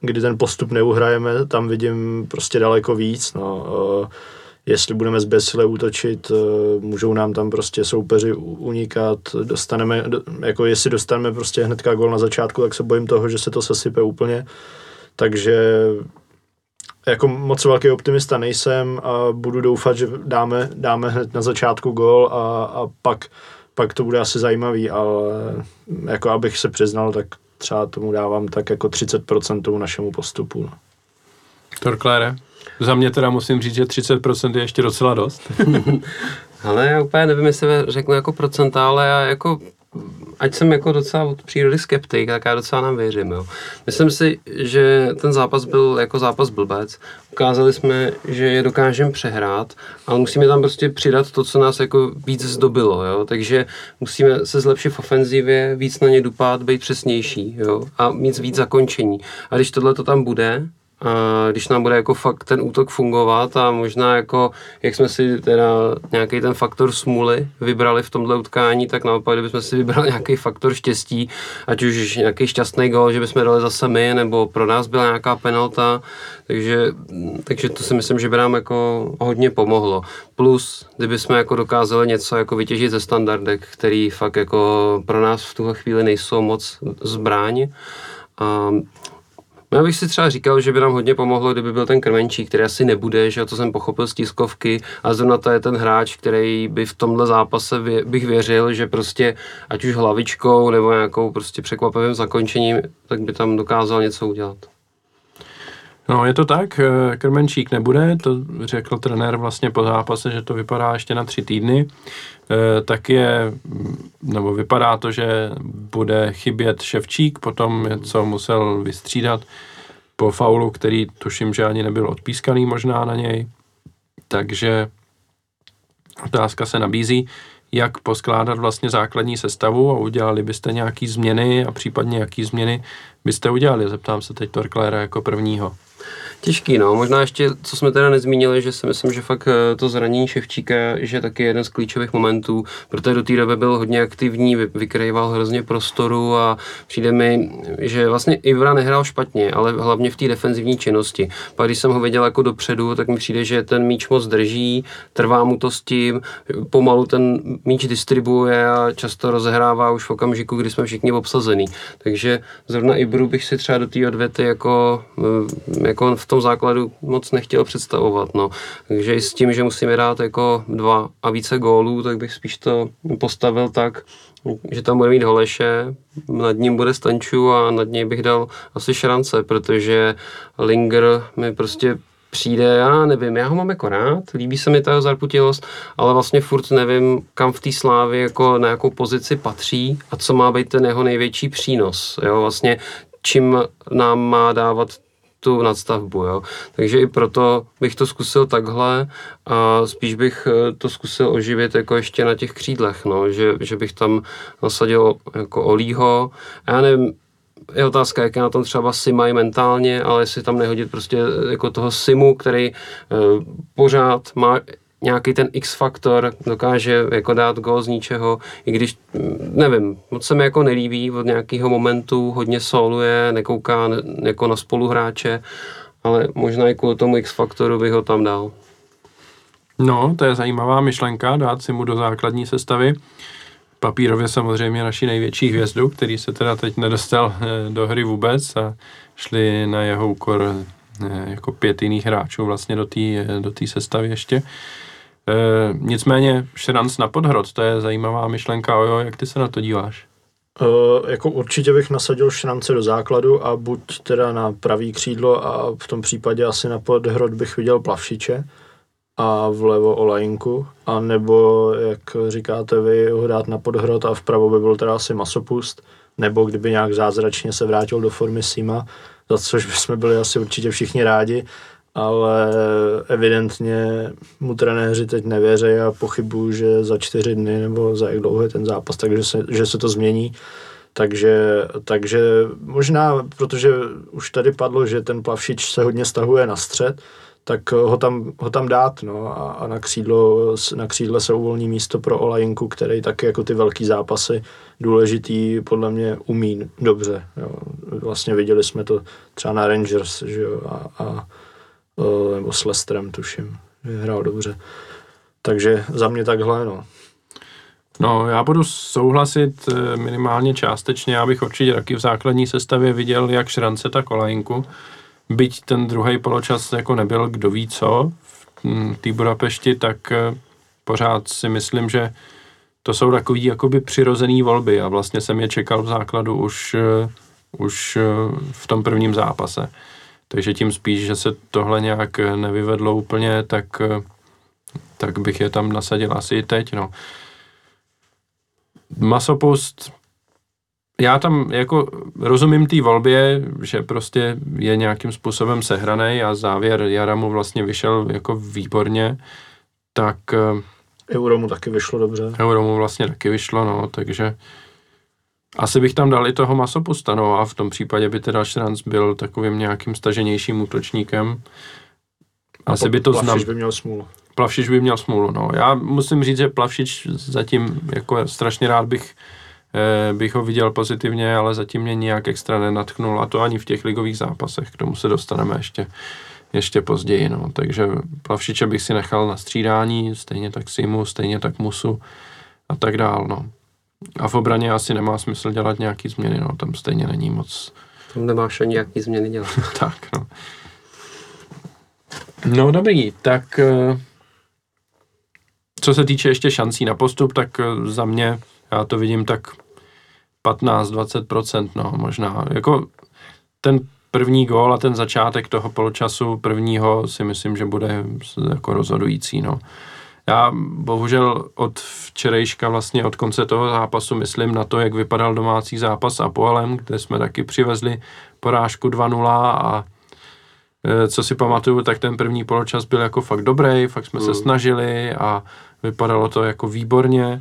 kdy ten postup neuhrajeme, tam vidím prostě daleko víc. No. Jestli budeme zběsile útočit, můžou nám tam prostě soupeři unikat, dostaneme, jako jestli dostaneme prostě hnedka gól na začátku, tak se bojím toho, že se to sesype úplně. Takže jako moc velký optimista nejsem a budu doufat, že dáme, dáme hned na začátku gól a, a pak, pak to bude asi zajímavý, ale jako abych se přiznal, tak třeba tomu dávám tak jako třicet procent tomu našemu postupu. No. Torklére, za mě teda musím říct, že třicet procent je ještě docela dost. Ale já úplně nevím, jestli řeknu jako procenta, ale já jako ať jsem jako docela od přírody skeptik, tak já docela nám věřím, jo. Myslím si, že ten zápas byl jako zápas blbec. Ukázali jsme, že je dokážeme přehrát, ale musíme tam prostě přidat to, co nás jako víc zdobilo, jo. Takže musíme se zlepšit v ofenzivě, víc na ně dupat, být přesnější, jo. A mít víc zakončení. A když tohle to tam bude, a když nám bude jako fakt ten útok fungovat a možná jako, jak jsme si teda nějaký ten faktor smůly vybrali v tomhle utkání, tak naopak, kdybychom si vybrali nějaký faktor štěstí, ať už nějaký šťastný gól, že bychom dali zase my, nebo pro nás byla nějaká penalta, takže, takže to si myslím, že by nám jako hodně pomohlo. Plus, kdybychom jako dokázali něco jako vytěžit ze standardek, který fakt jako pro nás v tuhle chvíli nejsou moc zbraň. A já bych si třeba říkal, že by nám hodně pomohlo, kdyby byl ten Krmenčík, který asi nebude, že to jsem pochopil z tiskovky, a zrovna to je ten hráč, který by v tomhle zápase vě, bych věřil, že prostě ať už hlavičkou nebo nějakou prostě překvapivým zakončením, tak by tam dokázal něco udělat. No, je to tak, Krmenčík nebude, to řekl trenér vlastně po zápase, že to vypadá ještě na tři týdny. E, tak je, nebo vypadá to, že bude chybět Ševčík, potom co musel vystřídat po faulu, který tuším, že ani nebyl odpískaný možná na něj. Takže otázka se nabízí, jak poskládat vlastně základní sestavu a udělali byste nějaký změny a případně jaký změny byste udělali. Zeptám se teď Torklera jako prvního. Těžký, no. Možná ještě, co jsme teda nezmínili, že si myslím, že fakt to zranění Ševčíka, že je taky jeden z klíčových momentů, protože do té doby byl hodně aktivní, vykrýval hrozně prostoru a přijde mi, že vlastně Ibra nehrál špatně, ale hlavně v té defenzivní činnosti. Pak když jsem ho viděl jako dopředu, tak mi přijde, že ten míč moc drží, trvá mu to s tím, pomalu ten míč distribuuje a často rozehrává už v okamžiku, kdy jsme všichni obsazení. Takže zrovna Ibru bych si třeba do té odvety jako, jako v tom základu moc nechtěl představovat, no. Takže i s tím, že musíme dát jako dva a více gólů, tak bych spíš to postavil tak, že tam bude mít Holeše, nad ním bude Stanču a nad něj bych dal asi Šrance, protože Linger mi prostě přijde, já nevím, já ho mám jako rád, líbí se mi ta zarputilost, ale vlastně furt nevím, kam v té Slávě jako na jakou pozici patří a co má být ten jeho největší přínos, jo, vlastně čím nám má dávat tu nadstavbu, jo. Takže i proto bych to zkusil takhle a spíš bych to zkusil oživit jako ještě na těch křídlech, no, že, že bych tam nasadil jako Olího. Já nevím, je otázka, jak je na tom třeba Simaj mentálně, ale jestli tam nehodit prostě jako toho Simu, který uh, pořád má nějaký ten X-faktor, dokáže jako dát gól z ničeho, i když, nevím, moc se mi jako nelíbí od nějakého momentu, hodně soluje, nekouká ne, jako na spoluhráče, ale možná i kvůli tomu X-faktoru bych ho tam dal. No, to je zajímavá myšlenka, dát si mu do základní sestavy. Papírově samozřejmě naši největší hvězdu, který se teda teď nedostal do hry vůbec a šli na jeho úkor jako pět jiných hráčů vlastně do té do té sestavy ještě. E, nicméně Šranc na Podhrad, to je zajímavá myšlenka. Ojo, jak ty se na to díváš? E, jako určitě bych nasadil Šrance do základu a buď teda na pravý křídlo a v tom případě asi na Podhrad bych viděl Plavšiče a vlevo Olajinku, a nebo, jak říkáte vy, ho dát na Podhrad a vpravo by byl teda asi Masopust, nebo kdyby nějak zázračně se vrátil do formy Sima, za což bychom byli asi určitě všichni rádi, ale evidentně mu trenéři teď nevěří a pochybuju, že za čtyři dny nebo za jak dlouho je ten zápas, takže se, že se to změní. Takže, takže možná, protože už tady padlo, že ten Plavšič se hodně stahuje na střed, tak ho tam, ho tam dát, no, a, a na, křídlo, na křídle se uvolní místo pro Olajinku, který taky jako ty velký zápasy důležitý podle mě umí dobře, jo. Vlastně viděli jsme to třeba na Rangers, že jo, a, a nebo s Leicesterem, tuším, že hrál dobře. Takže za mě takhle, no. No, já budu souhlasit minimálně částečně, já bych určitě taky v základní sestavě viděl jak Šrance, tak Olajinku. Byť ten druhý poločas jako nebyl kdo ví co v té Budapešti, tak pořád si myslím, že to jsou takový jakoby přirozený volby a vlastně jsem je čekal v základu už, už v tom prvním zápase. Takže tím spíš, že se tohle nějak nevyvedlo úplně, tak, tak bych je tam nasadil asi i teď, no. Masopust, já tam jako rozumím té volbě, že prostě je nějakým způsobem sehranej a závěr jara mu vlastně vyšel jako výborně, tak... Euro mu taky vyšlo dobře. Euro mu vlastně taky vyšlo, no, takže asi bych tam dal i toho Masopusta, no, a v tom případě by teda Šranc byl takovým nějakým staženějším útočníkem. Asi a by to Plavšič znam... by měl smůlu. Plavšič by měl smůlu, no. Já musím říct, že Plavšič zatím, jako strašně rád bych, eh, bych ho viděl pozitivně, ale zatím mě nějak extra nenatchnul, a to ani v těch ligových zápasech, k tomu se dostaneme ještě, ještě později, no. Takže Plavšiče bych si nechal na střídání, stejně tak Simu, stejně tak Musu a tak dál, no. A v obraně asi nemá smysl dělat nějaký změny, no, tam stejně není moc. Tam nemáš ani jaký změny dělat. Tak, no. No dobrý, tak co se týče ještě šancí na postup, tak za mě, já to vidím tak patnáct až dvacet procent, no, možná. Jako ten první gól a ten začátek toho poločasu prvního si myslím, že bude jako rozhodující, no. Já bohužel od včerejška, vlastně od konce toho zápasu myslím na to, jak vypadal domácí zápas s Apoelem, kde jsme taky přivezli porážku dva nula a e, co si pamatuju, tak ten první poločas byl jako fakt dobrý, fakt jsme mm. se snažili a vypadalo to jako výborně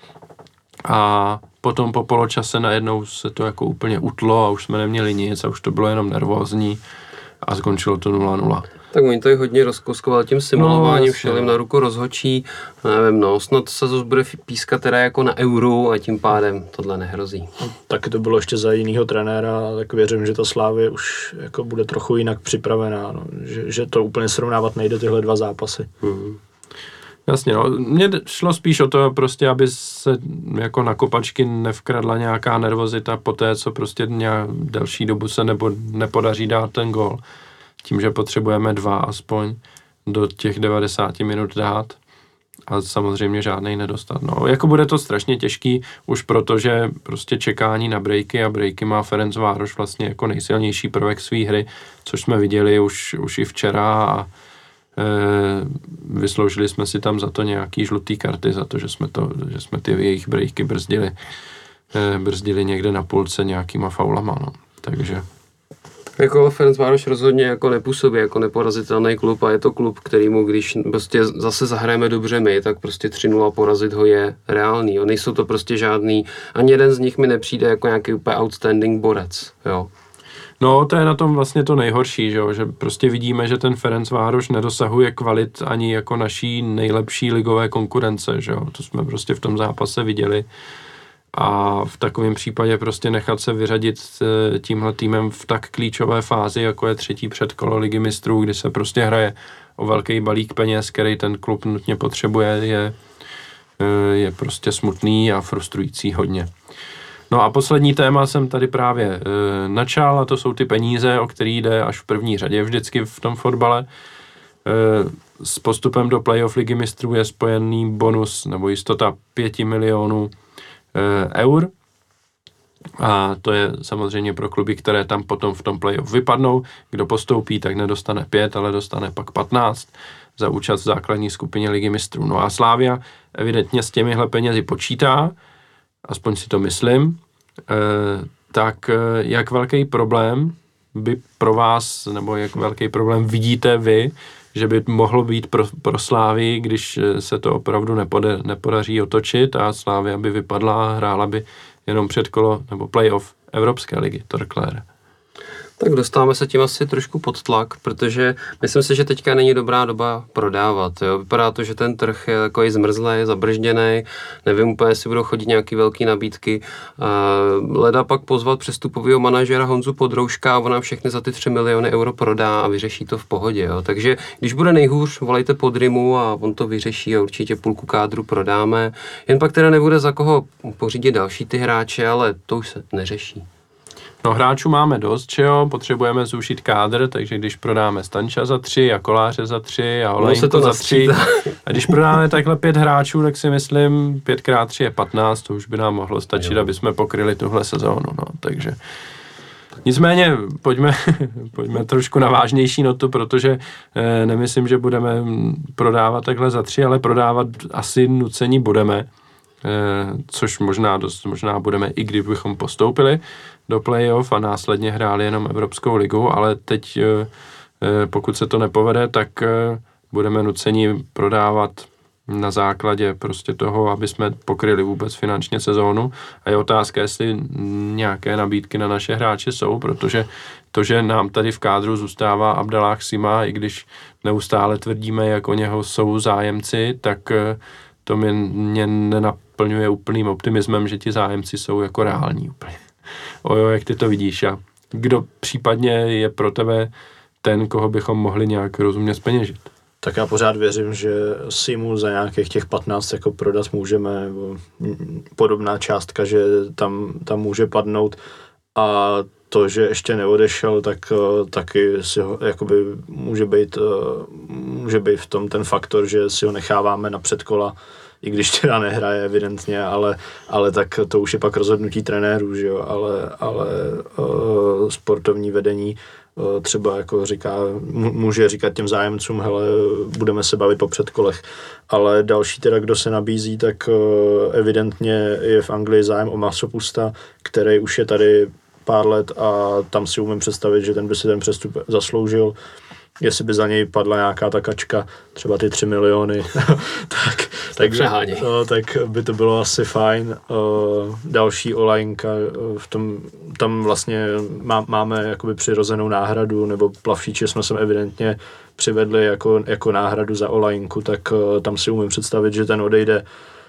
a potom po poločase najednou se to jako úplně utlo a už jsme neměli nic a už to bylo jenom nervózní a skončilo to nula nula. Tak oni to je hodně rozkoskoval tím simulováním, no, všel jim na ruku rozhočí, nevím, no, snad se zase bude pískat teda jako na euru a tím pádem tohle nehrozí. Taky to bylo ještě za jinýho trenéra, tak věřím, že ta Slavie už jako bude trochu jinak připravená, no, že, že to úplně srovnávat nejde tyhle dva zápasy. Mm. Jasně, no, mně šlo spíš o to prostě, aby se jako na kopačky nevkradla nějaká nervozita po té, co prostě nějak delší dobu se nebo nepodaří dát ten gól. Tím, že potřebujeme dva aspoň do těch devadesáti minut dát a samozřejmě žádnej nedostat. No, jako bude to strašně těžký, už protože prostě čekání na breaky a breaky má Ferencvároš vlastně jako nejsilnější prvek své hry, což jsme viděli už, už i včera a e, vysloužili jsme si tam za to nějaký žlutý karty, za to, že jsme, to, že jsme ty jejich breaky brzdili, e, brzdili někde na půlce nějakýma faulama, no. Takže... Jako Ferencvároš rozhodně jako nepůsobí jako neporazitelný klub a je to klub, kterýmu, když prostě zase zahrajeme dobře my, tak prostě tři nula porazit ho je reálný. Jo. Nejsou to prostě žádný, ani jeden z nich mi nepřijde jako nějaký úplně outstanding borec, jo. No, to je na tom vlastně to nejhorší, že, jo? Že prostě vidíme, že ten Ferencvároš nedosahuje kvalit ani jako naší nejlepší ligové konkurence, že jo. To jsme prostě v tom zápase viděli. A v takovém případě prostě nechat se vyřadit tímhle týmem v tak klíčové fázi, jako je třetí předkolo Ligy mistrů, kdy se prostě hraje o velký balík peněz, který ten klub nutně potřebuje, je, je prostě smutný a frustrující hodně. No a poslední téma jsem tady právě načal a to jsou ty peníze, o který jde až v první řadě vždycky v tom fotbale. S postupem do playoff Ligy mistrů je spojený bonus nebo jistota pěti milionů eur a to je samozřejmě pro kluby, které tam potom v tom playoff vypadnou. Kdo postoupí, tak nedostane pět, ale dostane pak patnáct za účast v základní skupině Ligy mistrů. No a Slavia evidentně s těmihle penězi počítá, aspoň si to myslím, e, tak jak velký problém by pro vás, nebo jak velký problém vidíte vy, že by mohlo být pro, pro Slávii, když se to opravdu nepode, nepodaří otočit a Slavia by vypadla, hrála by jenom předkolo nebo playoff Evropské ligy, Torklér. Tak dostáváme se tím asi trošku pod tlak, protože myslím si, že teďka není dobrá doba prodávat. Jo. Vypadá to, že ten trh je takový zmrzlej, zabržděnej, nevím úplně, jestli budou chodit nějaký velký nabídky. Leda pak pozvat přestupového manažera Honzu Podrouška a on nám všechny za ty tři miliony euro prodá a vyřeší to v pohodě. Jo. Takže když bude nejhůř, volejte Podrymu a on to vyřeší a určitě půlku kádru prodáme. Jen pak teda nebude za koho pořídit další ty hráče, ale to už se neřeší. No hráčů máme dost, že jo, potřebujeme zúžit kádr, takže když prodáme Stanča za tři a Koláře za tři a Olejnko za tři a když prodáme takhle pět hráčů, tak si myslím pět krát tři je patnáct, to už by nám mohlo stačit, jo. Aby jsme pokryli tuhle sezónu, no, takže nicméně pojďme, pojďme trošku na vážnější notu, protože eh, nemyslím, že budeme prodávat takhle za tři, ale prodávat asi nucení budeme, eh, což možná dost, možná budeme i kdybychom postoupili do playoff a následně hráli jenom Evropskou ligu, ale teď pokud se to nepovede, tak budeme nuceni prodávat na základě prostě toho, aby jsme pokryli vůbec finančně sezónu a je otázka, jestli nějaké nabídky na naše hráče jsou, protože to, že nám tady v kádru zůstává Abdallah Sima, i když neustále tvrdíme, jak o něho jsou zájemci, tak to mě, mě nenaplňuje úplným optimismem, že ti zájemci jsou jako reální úplně. Ojo, jak ty to vidíš a kdo případně je pro tebe ten, koho bychom mohli nějak rozumně zpeněžit? Tak já pořád věřím, že Simu za nějakých těch patnáct jako prodat můžeme, podobná částka, že tam, tam může padnout a to, že ještě neodešel, tak taky si ho, jakoby může být, může být v tom ten faktor, že si ho necháváme na předkola, i když teda nehraje evidentně, ale, ale tak to už je pak rozhodnutí trenérů, že jo, ale, ale uh, sportovní vedení uh, třeba jako říká, může říkat těm zájemcům, hele, budeme se bavit po předkolech, ale další teda, kdo se nabízí, tak uh, evidentně je v Anglii zájem o Masopusta, který už je tady pár let a tam si umím představit, že ten by si ten přestup zasloužil. Jestli by za něj padla nějaká ta kačka, třeba ty tři miliony, tak, tak, no, tak by to bylo asi fajn. Uh, další Olajnka, uh, v tom, tam vlastně má, máme jakoby přirozenou náhradu, nebo Plavšiče jsme sem evidentně přivedli jako, jako náhradu za Olajnku, tak uh, tam si umím představit, že ten odejde.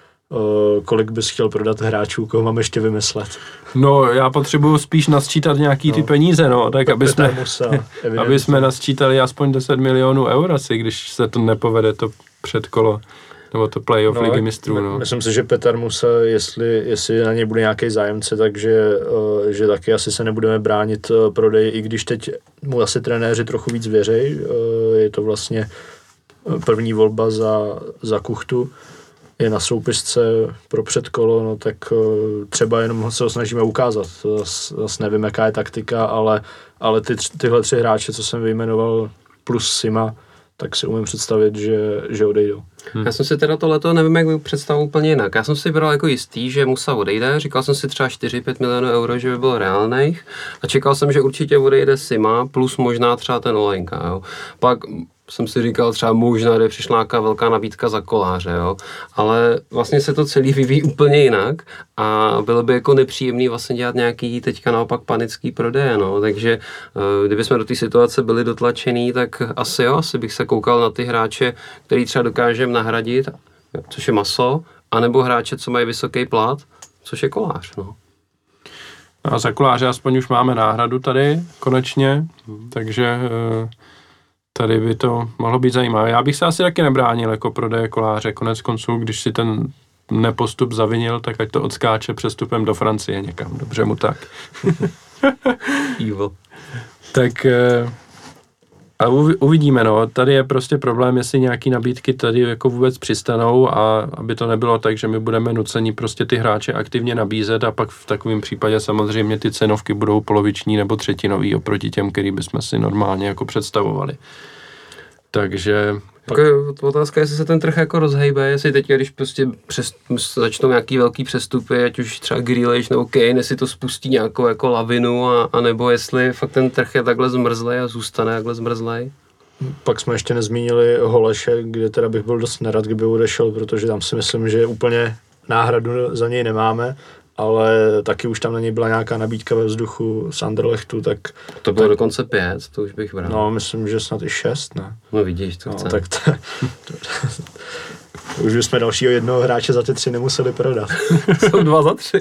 Uh, kolik bys chtěl prodat hráčů, koho mám ještě vymyslet? No, já potřebuju spíš nasčítat nějaký ty no. peníze, no, tak aby jsme, Musa, aby jsme nasčítali aspoň deset milionů eur asi, když se to nepovede to předkolo, nebo to playoff no, ligy mistrů, no. Myslím si, že Petar Musa, jestli, jestli na něj bude nějaký zájemce, takže uh, že taky asi se nebudeme bránit uh, prodeji, i když teď mu asi trenéři trochu víc věřej, uh, je to vlastně první volba za, za Kuchtu, je na soupisce pro předkolo, no tak třeba jenom se ho snažíme ukázat. Zase nevím, jaká je taktika, ale, ale ty, tyhle tři hráče, co jsem vyjmenoval, plus Sima, tak si umím představit, že, že odejdou. Hmm. Já jsem si teda tohleto, nevím, jak bych představil úplně jinak. Já jsem si bral jako jistý, že Musa odejde, říkal jsem si třeba čtyři pět milionů euro, že by byl reálných a čekal jsem, že určitě odejde Sima, plus možná třeba ten Olejnka, jo. Pak jsem si říkal třeba možná, kde přišla nějaká velká nabídka za Koláře, jo. Ale vlastně se to celý vyvíjí úplně jinak a bylo by jako nepříjemný vlastně dělat nějaký teďka naopak panický prodeje, no. Takže kdybychom do té situace byli dotlačený, tak asi jo, asi bych se koukal na ty hráče, který třeba dokážeme nahradit, což je Maso, anebo hráče, co mají vysoký plat, což je Kolář, no. A za Koláře aspoň už máme náhradu tady, konečně, takže tady by to mohlo být zajímavé. Já bych se asi taky nebránil jako prodeje Koláře, konec konců, když si ten nepostup zavinil, tak ať to odskáče přestupem do Francie někam, dobře mu tak. Evil. Tak a uvidíme, no, tady je prostě problém, jestli nějaký nabídky tady jako vůbec přistanou a aby to nebylo tak, že my budeme nuceni prostě ty hráče aktivně nabízet a pak v takovém případě samozřejmě ty cenovky budou poloviční nebo třetinový oproti těm, který bychom si normálně jako představovali. Takže... Pak... Jako otázka, jestli se ten trh jako rozhejbe, jestli teď, když prostě přes, začnou nějaký velký přestupy, ať už třeba Grealish nebo Kane, jestli to spustí nějakou jako lavinu, a, a nebo jestli fakt ten trh je takhle zmrzlej a zůstane takhle zmrzlej. Pak jsme ještě nezmínili Holeše, kde teda bych byl dost nerad, kdyby odešel, protože tam si myslím, že úplně náhradu za něj nemáme ale taky už tam na něj byla nějaká nabídka ve vzduchu z Anderlechtu, tak... To bylo tak, dokonce pět, to už bych bral. No, myslím, že snad i šest, ne? No vidíš, to no, chce. Tak to, to, to, už bychom dalšího jednoho hráče za ty tři nemuseli prodat. Jsou dva za tři.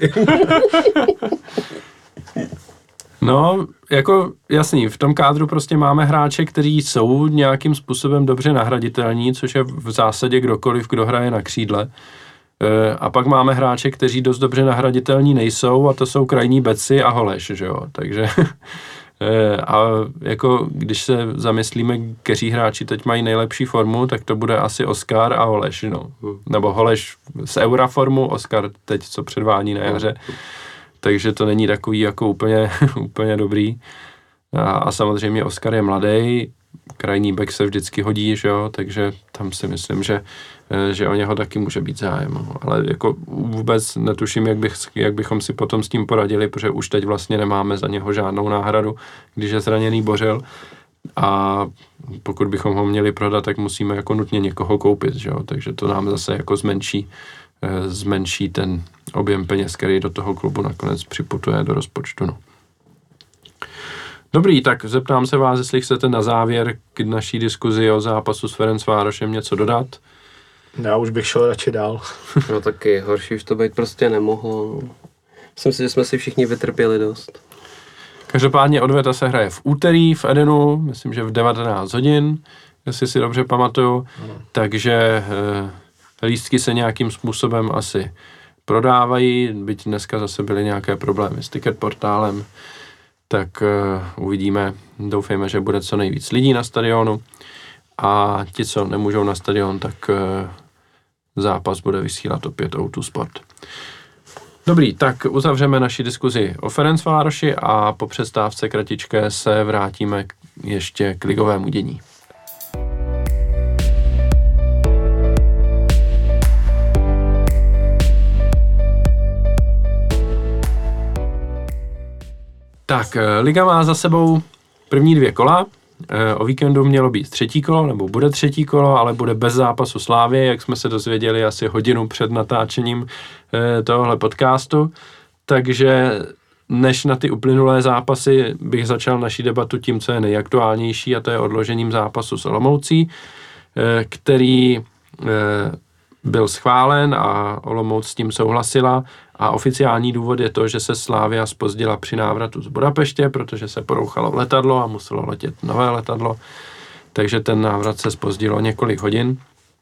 No, jako jasný, v tom kádru prostě máme hráče, kteří jsou nějakým způsobem dobře nahraditelní, což je v zásadě kdokoliv, kdo hraje na křídle. E, a pak máme hráče, kteří dost dobře nahraditelní nejsou, a to jsou krajní Beci a Holeš, že jo, takže e, a jako když se zamyslíme, kteří hráči teď mají nejlepší formu, tak to bude asi Oskar a Holeš, no. Nebo Holeš z Euraformu, Oskar teď, co předvádí na jaře. Takže to není takový jako úplně, úplně dobrý. A, a samozřejmě Oskar je mladý, krajní back se vždycky hodí, že jo, takže tam si myslím, že, že o něho taky může být zájem. Ale jako vůbec netuším, jak, bych, jak bychom si potom s tím poradili, protože už teď vlastně nemáme za něho žádnou náhradu, když je zraněný Bořil. A pokud bychom ho měli prodat, tak musíme jako nutně někoho koupit, že jo, takže to nám zase jako zmenší zmenší ten objem peněz, který do toho klubu nakonec připutuje do rozpočtu. No. Dobrý, tak zeptám se vás, jestli chcete na závěr k naší diskuzi o zápasu s Ferencvárošem něco dodat. Já už bych šel radši dál. No taky, horší už to být prostě nemohlo. Myslím si, že jsme si všichni vytrpěli dost. Každopádně odveta se hraje v úterý v Edenu, myslím, že v devatenáct hodin, jestli si dobře pamatuju, no. Takže lístky se nějakým způsobem asi prodávají, byť dneska zase byly nějaké problémy s ticket portálem, tak uh, uvidíme, doufejme, že bude co nejvíc lidí na stadionu a ti, co nemůžou na stadion, tak uh, zápas bude vysílat opět O dva Sport. Dobrý, tak uzavřeme naši diskuzi o Ferencvároši a po přestávce kratičké se vrátíme k, ještě k ligovému dění. Tak, liga má za sebou první dvě kola, o víkendu mělo být třetí kolo, nebo bude třetí kolo, ale bude bez zápasu Slávie, jak jsme se dozvěděli asi hodinu před natáčením tohohle podcastu, takže než na ty uplynulé zápasy bych začal naši debatu tím, co je nejaktuálnější, a to je odložením zápasu s Olomoucí, který byl schválen a Olomouc s tím souhlasila a oficiální důvod je to, že se Slavia zpozdila při návratu z Budapeště, protože se porouchalo letadlo a muselo letět nové letadlo, takže ten návrat se zpozdilo několik hodin.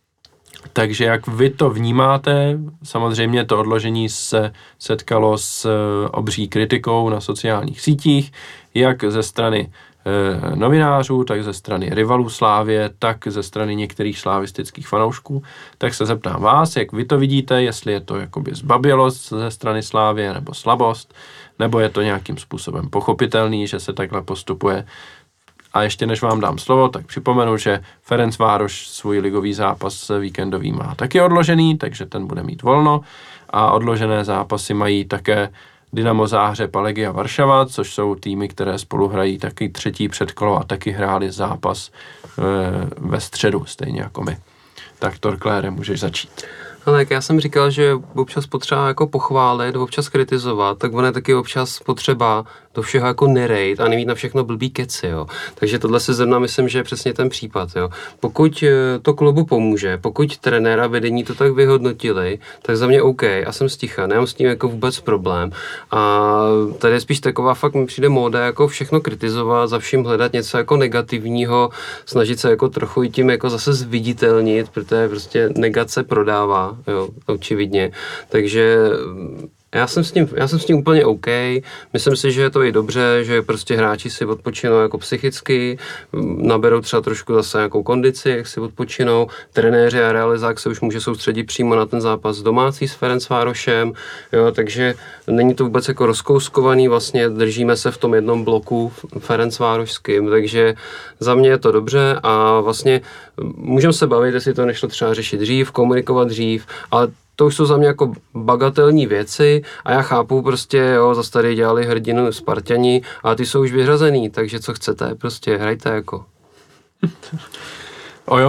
Takže jak vy to vnímáte, samozřejmě to odložení se setkalo s obří kritikou na sociálních sítích, jak ze strany e, novinářů, tak ze strany rivalů Slávie, tak ze strany některých slavistických fanoušků. Tak se zeptám vás, jak vy to vidíte, jestli je to jakoby zbabělost ze strany Slávie nebo slabost, nebo je to nějakým způsobem pochopitelný, že se takhle postupuje. A ještě než vám dám slovo, tak připomenu, že Ferencvároš svůj ligový zápas víkendový má taky odložený, takže ten bude mít volno a odložené zápasy mají také Dynamo Záhřeb a Legia Varšava, což jsou týmy, které spolu hrají taky třetí předkolo a taky hráli zápas e, ve středu, stejně jako my. Tak Torklére, můžeš začít. Ale jak já jsem říkal, že občas potřeba jako pochválit, občas kritizovat, tak ono je taky občas potřeba do všeho jako nerejt a nemít na všechno blbý keci, jo. Takže tohle se zrovna myslím, že je přesně ten případ, jo. Pokud to klubu pomůže, pokud trenéra vedení to tak vyhodnotili, tak za mě OK, já jsem sticha, nemám s tím jako vůbec problém. A tady je spíš taková fakt mi přijde móda jako všechno kritizovat, za vším hledat něco jako negativního, snažit se jako trochu i tím jako zase zviditelnit, protože prostě negace prodává, jo, očividně. Takže Já jsem, s tím, já jsem s tím úplně OK, myslím si, že je to i dobře, že prostě hráči si odpočinou jako psychicky, naberou třeba trošku zase nějakou kondici, jak si odpočinou, trenéři a realizák se už může soustředit přímo na ten zápas domácí s Ferencvárošem, jo, takže není to vůbec jako rozkouskovaný, vlastně držíme se v tom jednom bloku Ferencvárošským, takže za mě je to dobře a vlastně můžeme se bavit, jestli to nešlo třeba řešit dřív, komunikovat dřív, ale to už jsou za mě jako bagatelní věci a já chápu prostě, jo, zase tady dělali hrdinu Spartani a ty jsou už vyřazený, takže co chcete, prostě hrajte jako. Ojo,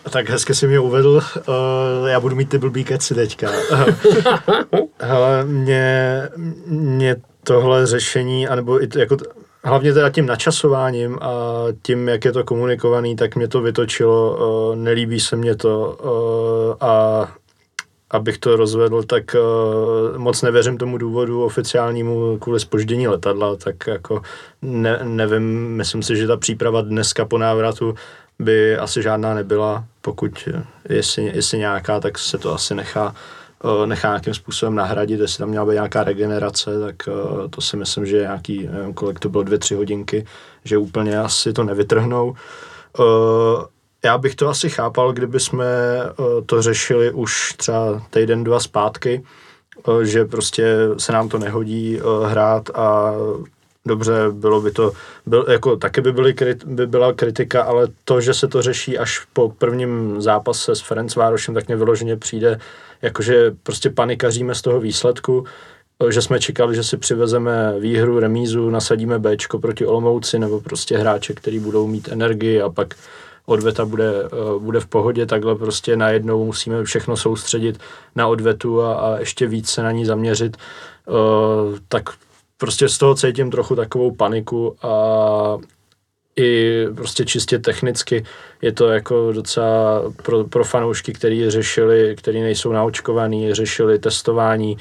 Tak hezky si mě uvedl, uh, já budu mít ty blbý keci teďka. Hele, mě, mě tohle řešení, anebo i to, jako, hlavně teda tím načasováním a tím, jak je to komunikovaný, tak mě to vytočilo, uh, nelíbí se mě to uh, a abych to rozvedl, tak uh, moc nevěřím tomu důvodu oficiálnímu kvůli zpoždění letadla, tak jako ne, nevím, myslím si, že ta příprava dneska po návratu by asi žádná nebyla, pokud jestli, jestli nějaká, tak se to asi nechá, uh, nechá nějakým způsobem nahradit, jestli tam měla být nějaká regenerace, tak uh, to si myslím, že nějaký, nevím, kolik to bylo, dvě, tři hodinky, že úplně asi to nevytrhnou. Uh, Já bych to asi chápal, kdyby jsme to řešili už třeba týden, dva zpátky, že prostě se nám to nehodí hrát a dobře, bylo by to, byl, jako taky by, byly, by byla kritika, ale to, že se to řeší až po prvním zápase s Ferencvárošem, tak mě vyloženě přijde, jakože prostě panikaříme z toho výsledku, že jsme čekali, že si přivezeme výhru, remízu, nasadíme Bčko proti Olomouci, nebo prostě hráče, který budou mít energii a pak odveta bude, bude v pohodě, takhle prostě najednou musíme všechno soustředit na odvetu a, a ještě víc se na ní zaměřit, uh, tak prostě z toho cítím trochu takovou paniku a i prostě čistě technicky je to jako docela pro, pro fanoušky, který řešili, který nejsou naočkovaný, řešili testování,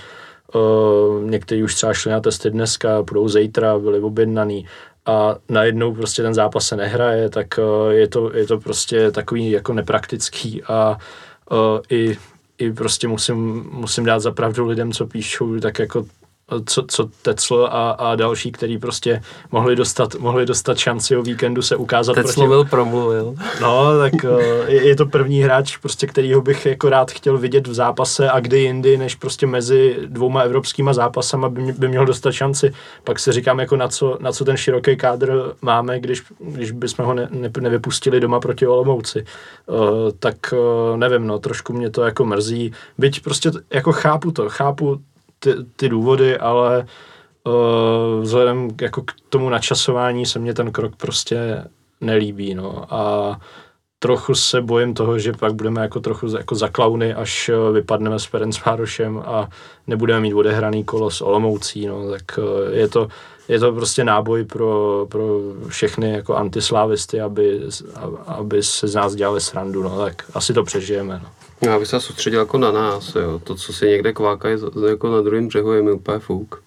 uh, někteří už třeba šli na testy dneska, budou zítra, byli objednaný, a najednou prostě ten zápas se nehraje, tak uh, je, to, je to prostě takový jako nepraktický a uh, i, i prostě musím, musím dát za pravdu lidem, co píšou, tak jako co, co Tecl a, a další, který prostě mohli dostat, mohli dostat šanci o víkendu se ukázat. Tecl byl promluvil. No, tak je, je to první hráč, prostě, kterýho bych jako rád chtěl vidět v zápase a kdy jindy, než prostě mezi dvouma evropskýma zápasama by, by měl dostat šanci. Pak si říkám, jako na co, na co ten široký kádr máme, když, když bychom ho ne, ne, nevypustili doma proti Olomouci. Uh, tak uh, nevím, no, trošku mě to jako mrzí. Byť prostě jako chápu to, chápu Ty, ty důvody, ale uh, vzhledem jako k tomu načasování se mně ten krok prostě nelíbí, no. A trochu se bojím toho, že pak budeme jako trochu jako za klauny, až vypadneme s Ferencvárošem a nebudeme mít odehraný kolo s Olomoucí, no. Tak uh, je to, je to prostě náboj pro, pro všechny jako antislávisty, aby, aby se z nás dělali srandu, no. Tak asi to přežijeme, no. Já bych se soustředil jako na nás, jo. To, co si někde kvákají jako na druhém břehu, je mi úplně fuk.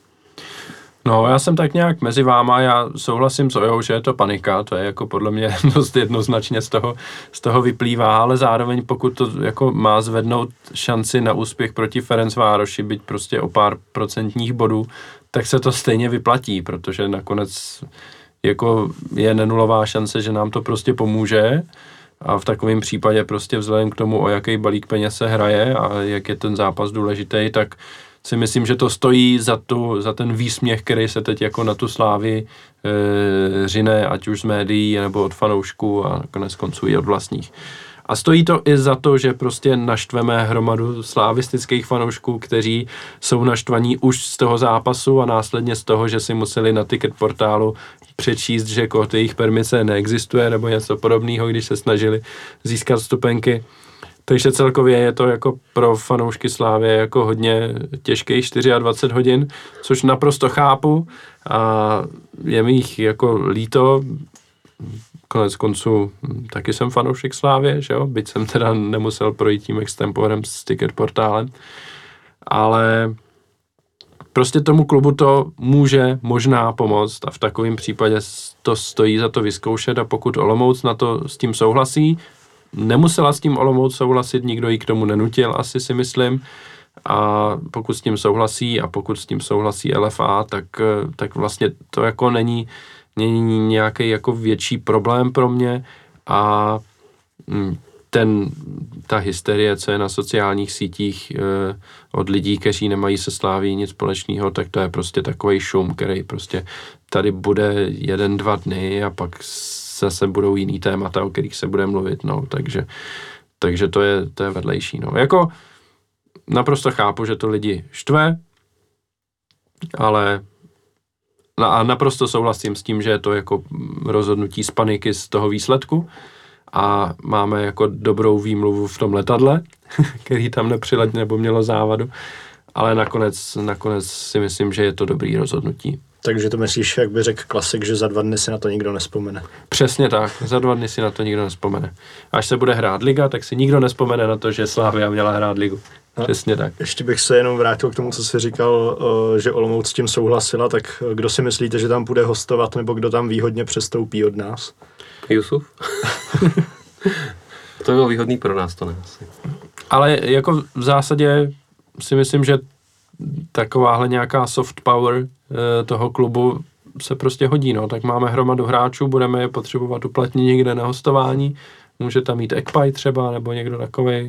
No, já jsem tak nějak mezi váma, já souhlasím s Ojou, že je to panika, to je jako podle mě dost jednoznačně z toho, z toho vyplývá, ale zároveň pokud to jako má zvednout šanci na úspěch proti Ferencvároši, byť prostě o pár procentních bodů, tak se to stejně vyplatí, protože nakonec jako je nenulová šance, že nám to prostě pomůže. A v takovém případě prostě vzhledem k tomu, o jaký balík peněz se hraje a jak je ten zápas důležitý, tak si myslím, že to stojí za, tu, za ten výsměch, který se teď jako na tu Slávy e, řine, ať už z médií nebo od fanoušků a konec konců i od vlastních. A stojí to i za to, že prostě naštveme hromadu slavistických fanoušků, kteří jsou naštvaní už z toho zápasu a následně z toho, že si museli na ticket portálu přečíst, že kód jejich permise neexistuje nebo něco podobného, když se snažili získat vstupenky. Takže celkově je to jako pro fanoušky Slávy jako hodně těžkých dvacet čtyři hodin, což naprosto chápu a je mi jich jako líto. Konec konců taky jsem fanoušek Slávě, že jo, byť jsem teda nemusel projít tím extemporem s ticket portálem, ale prostě tomu klubu to může možná pomoct a v takovém případě to stojí za to vyzkoušet a pokud Olomouc na to s tím souhlasí, nemusela s tím Olomouc souhlasit, nikdo ji k tomu nenutil, asi si myslím, a pokud s tím souhlasí a pokud s tím souhlasí L F A, tak, tak vlastně to jako není není nějaký jako větší problém pro mě a ten, ta hysterie, co je na sociálních sítích e, od lidí, kteří nemají se Sláví nic společného, tak to je prostě takovej šum, který prostě tady bude jeden, dva dny a pak zase budou jiný témata, o kterých se bude mluvit, no, takže, takže to je, to je vedlejší, no. Jako naprosto chápu, že to lidi štve, ale a naprosto souhlasím s tím, že je to jako rozhodnutí z paniky z toho výsledku, a máme jako dobrou výmluvu v tom letadle, který tam nepřiletěl nebo mělo závadu, ale nakonec, nakonec si myslím, že je to dobrý rozhodnutí. Takže to myslíš, jak by řekl klasik, že za dva dny si na to nikdo nespomene. Přesně tak, za dva dny si na to nikdo nespomene. Až se bude hrát liga, tak si nikdo nespomene na to, že Slavia měla hrát ligu. Přesně tak. Ještě bych se jenom vrátil k tomu, co jsi říkal, že Olomouc s tím souhlasila, tak kdo si myslíte, že tam bude hostovat, nebo kdo tam výhodně přestoupí od nás? Jusuf? To bylo výhodný pro nás, to ne asi. Ale jako v zásadě si myslím, že takováhle nějaká soft power e, toho klubu se prostě hodí, no. Tak máme hromadu hráčů, budeme je potřebovat uplatnit někde na hostování, může tam mít Ekpaj třeba, nebo někdo takovej.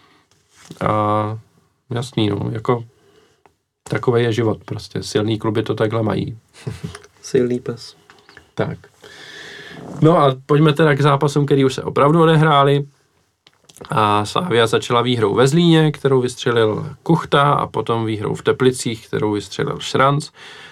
A jasný, no, jako takovej je život prostě, silný kluby to takhle mají. Silný pes. Tak. No a pojďme teda k zápasům, který už se opravdu odehráli. A Slavia začala výhrou ve Zlíně, kterou vystřelil Kuchta, a potom výhrou v Teplicích, kterou vystřelil Šranc.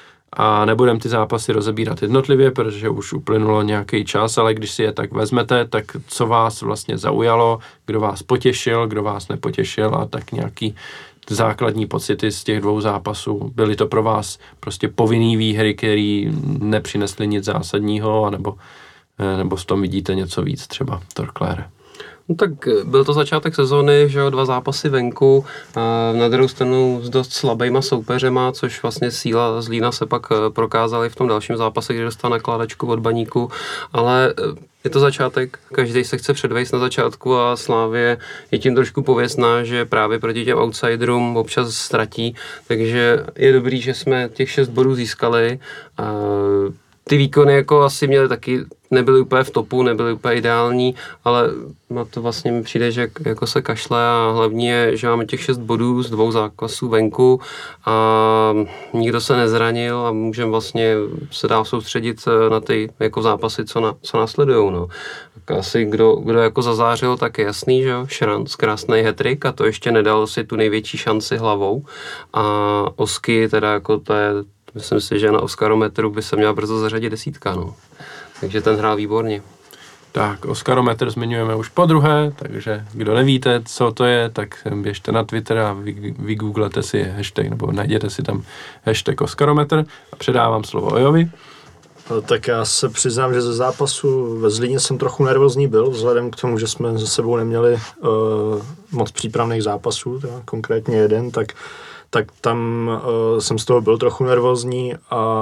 A nebudem ty zápasy rozebírat jednotlivě, protože už uplynulo nějaký čas, ale když si je tak vezmete, tak co vás vlastně zaujalo, kdo vás potěšil, kdo vás nepotěšil, a tak nějaký základní pocity z těch dvou zápasů. Byly to pro vás prostě povinný výhry, které nepřinesly nic zásadního, anebo, nebo v tom vidíte něco víc, třeba Torklére? No tak byl to začátek sezóny, že jo, dva zápasy venku, a na druhou stranu s dost slabýma soupeřema, což vlastně síla Zlína se pak prokázali v tom dalším zápase, kdy dostal nakládačku od Baníku, ale je to začátek, každý se chce předvejst na začátku a Slavie je tím trošku pověstná, že právě proti těm outsiderům občas ztratí, takže je dobrý, že jsme těch šest bodů získali. A ty výkony jako asi měly taky, nebyly úplně v topu, nebyly úplně ideální, ale na to vlastně mi přijde, že jako se kašle, a hlavně je, že máme těch šest bodů z dvou zápasů venku a nikdo se nezranil a můžeme vlastně se dál soustředit na ty jako zápasy, co, na, co následujou. No. Tak asi kdo, kdo jako zazářil, tak je jasný, že jo, Šranc, krásný hat-trick, a to ještě nedal si tu největší šanci hlavou, a Osky teda jako to je, myslím si, že na Oscarometru by se měla brzo zařadit desítka, no. Takže ten hrál výborně. Tak, Oscarometr zmiňujeme už po druhé, takže kdo nevíte, co to je, tak běžte na Twitter a vy, vygooglete si hashtag, nebo najděte si tam hashtag Oscarometr, a předávám slovo Ojovi. No, tak já se přiznám, že ze zápasu ve Zlíně jsem trochu nervózní byl, vzhledem k tomu, že jsme za sebou neměli uh, moc přípravných zápasů, teda konkrétně jeden, tak tak tam uh, jsem z toho byl trochu nervózní, a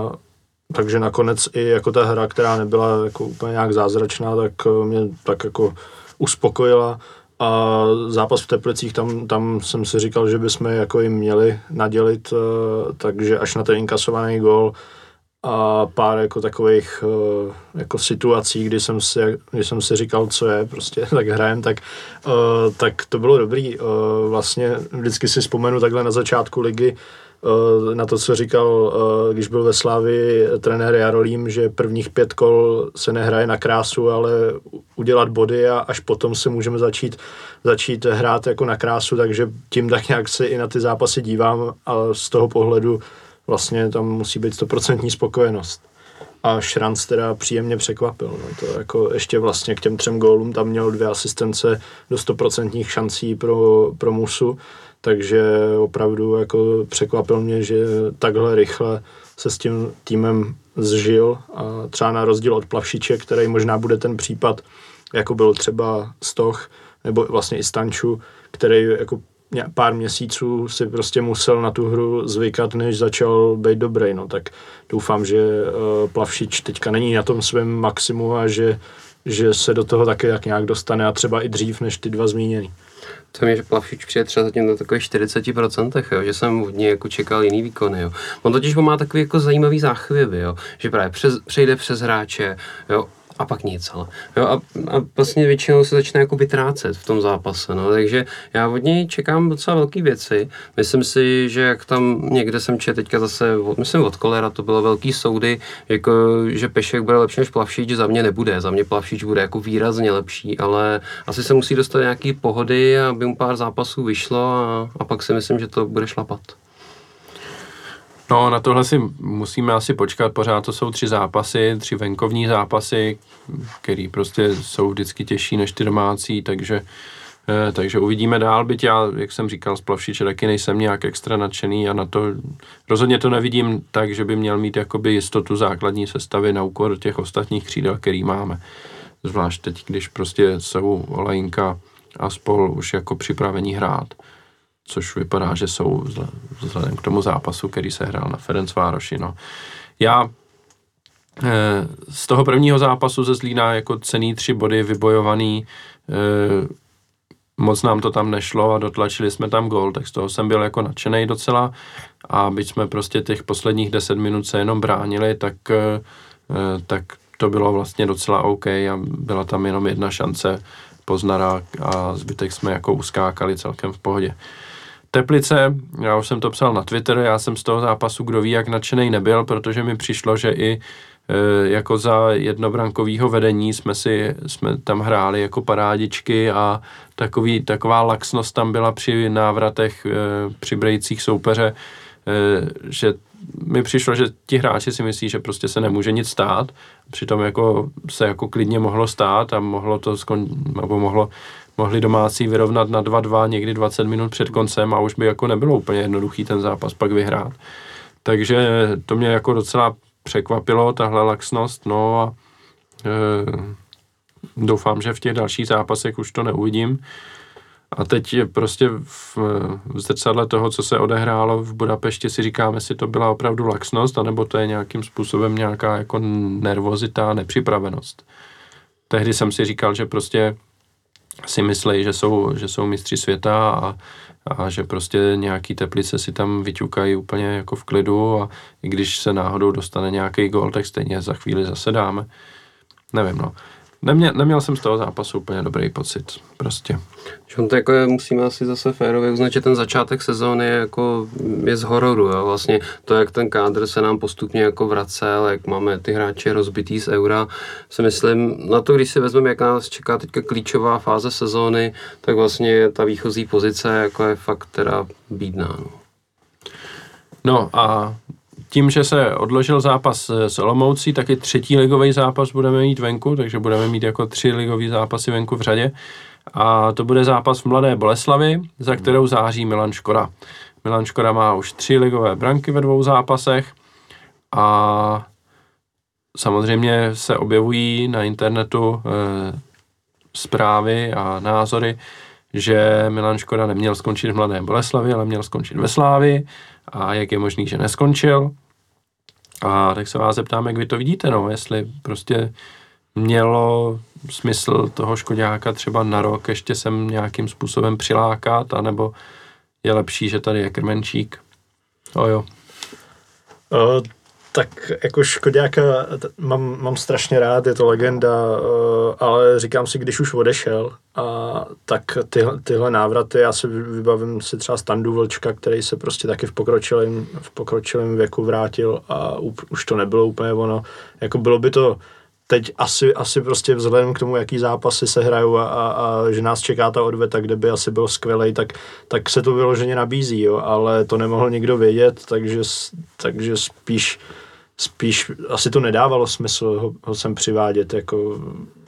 takže nakonec i jako ta hra, která nebyla jako úplně nějak zázračná, tak uh, mě tak jako uspokojila, a zápas v Teplicích, tam, tam jsem si říkal, že bychom jako jim měli nadělit, uh, takže až na ten inkasovaný gól a pár jako takových uh, jako situací, kdy jsem, si, kdy jsem si říkal, co je, prostě tak hrajem, tak, uh, tak to bylo dobrý. Uh, vlastně vždycky si vzpomenu takhle na začátku ligy uh, na to, co říkal, uh, když byl ve Slavii trenér Jarolím, že prvních pět kol se nehraje na krásu, ale udělat body, a až potom se můžeme začít, začít hrát jako na krásu, takže tím tak nějak se i na ty zápasy dívám, a z toho pohledu vlastně tam musí být stoprocentní spokojenost. A Šranc teda příjemně překvapil. No. To jako ještě vlastně k těm třem gólům tam měl dvě asistence do stoprocentních šancí pro, pro Musu, takže opravdu jako překvapil mě, že takhle rychle se s tím týmem zžil, a třeba na rozdíl od Plavšiče, který možná bude ten případ, jako byl třeba Stoch, nebo vlastně i Stanču, který jako pár měsíců si prostě musel na tu hru zvykat, než začal být dobrý, no tak doufám, že uh, Plavšič teďka není na tom svém maximu, a že, že se do toho taky jak nějak dostane, a třeba i dřív než ty dva zmíněný. To mě, že Plavšič přijde třeba zatím na takových čtyřicet procent, jo, že jsem od něj jako čekal jiný výkony. Jo. On totiž má takový jako zajímavý záchvěvy, jo, že právě přes, přejde přes hráče, jo, a pak nic, ale. Jo, a, a vlastně většinou se začne jako vytrácet v tom zápase, no, takže já od něj čekám docela velký věci. Myslím si, že jak tam někde jsem četl teďka zase, od, myslím od Kolera, to bylo velký soudy, jako, že Pešek bude lepší než Plavšič, za mě nebude, za mě Plavšič bude jako výrazně lepší, ale asi se musí dostat nějaký pohody, aby mu pár zápasů vyšlo, a, a pak si myslím, že to bude šlapat. No, na tohle si musíme asi počkat, pořád to jsou tři zápasy, tři venkovní zápasy, který prostě jsou vždycky těžší než ty domácí, takže, eh, takže uvidíme dál, byť já, jak jsem říkal, z Plavšiče taky nejsem nějak extra nadšený a na to, rozhodně to nevidím tak, že by měl mít jakoby jistotu základní sestavy na úkor těch ostatních křídel, který máme. Zvlášť teď, když prostě jsou Olajinka a spol už jako připravení hrát, což vypadá, že jsou vzhledem k tomu zápasu, který se hrál na Ferencvároši. No. Já eh, z toho prvního zápasu ze Zlína jako cenný tři body vybojovaný, eh, moc nám to tam nešlo a dotlačili jsme tam gól, tak z toho jsem byl jako nadšenej docela a byť jsme prostě těch posledních deset minut se jenom bránili, tak, eh, tak to bylo vlastně docela OK a byla tam jenom jedna šance Poznara a zbytek jsme jako uskákali celkem v pohodě. Teplice, já už jsem to psal na Twitter, já jsem z toho zápasu kdo ví jak nadšenej nebyl, protože mi přišlo, že i e, jako za jednobrankovýho vedení jsme si jsme tam hráli jako parádičky a takový, taková laxnost tam byla při návratech, e, při brejcích soupeře, e, že mi přišlo, že ti hráči si myslí, že prostě se nemůže nic stát, přitom jako se jako klidně mohlo stát a mohlo to skon, nebo mohlo mohli domácí vyrovnat na dva dva, někdy dvacet minut před koncem a už by jako nebylo úplně jednoduchý ten zápas pak vyhrát. Takže to mě jako docela překvapilo, tahle laxnost, no a e, doufám, že v těch dalších zápasech už to neuvidím. A teď je prostě v, v zrcadle toho, co se odehrálo v Budapešti, si říkáme, jestli to byla opravdu laxnost, anebo to je nějakým způsobem nějaká jako nervozita, nepřipravenost. Tehdy jsem si říkal, že prostě si myslejí, že jsou, že jsou mistři světa a, a že prostě nějaký Teplice si tam vyťukají úplně jako v klidu a i když se náhodou dostane nějaký gól, tak stejně za chvíli zase dáme. Nevím, no. Neměl, neměl jsem z toho zápasu úplně dobrý pocit, prostě. On to jako je, musíme asi zase férově uznat, že ten začátek sezóny je jako je z hororu, jo. Vlastně to, jak ten kádr se nám postupně jako vracel, jak máme ty hráče rozbitý z Eura, si myslím, na to, když si vezmeme, jak nás čeká teďka klíčová fáze sezóny, tak vlastně ta výchozí pozice jako je fakt teda bídná, no. No a tím, že se odložil zápas s Olomoucí, taky třetí ligový zápas budeme mít venku, takže budeme mít jako tři ligový zápasy venku v řadě. A to bude zápas v Mladé Boleslavi, za kterou září Milan Škoda. Milan Škoda má už tři ligové branky ve dvou zápasech a samozřejmě se objevují na internetu e, zprávy a názory, že Milan Škoda neměl skončit v Mladé Boleslavi, ale měl skončit ve Slávii a jak je možný, že neskončil. A tak se vás zeptám, jak vy to vidíte, no, jestli prostě mělo smysl toho Škoďáka třeba na rok ještě sem nějakým způsobem přilákat, anebo je lepší, že tady je Krmenčík. Ojo. O, tak jako Škoďáka mám, mám strašně rád, je to legenda, ale říkám si, když už odešel, a tak tyhle, tyhle návraty, já si vybavím si třeba Standu Vlčka, který se prostě taky v pokročilém, v pokročilém věku vrátil a už to nebylo úplně ono. Jako bylo by to teď asi, asi prostě vzhledem k tomu, jaký zápasy se hrajou a, a, a že nás čeká ta odveta, kde by asi byl skvělej, tak, tak se to vyloženě nabízí, jo, ale to nemohl nikdo vědět, takže, takže spíš, spíš asi to nedávalo smysl ho, ho sem přivádět, jako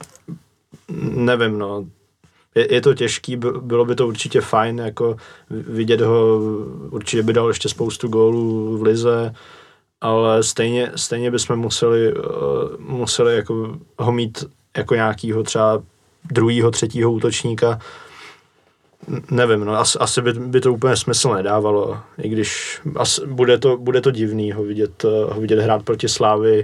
nevím, no. Je, je to těžký, bylo by to určitě fajn, jako vidět ho, určitě by dal ještě spoustu gólů v lize, ale stejně, stejně bychom museli, uh, museli jako ho mít jako nějakýho třeba druhýho, třetího útočníka. Nevím, no, asi, asi by, by to úplně smysl nedávalo, i když asi bude, to, bude to divný ho vidět, uh, ho vidět hrát proti Slávii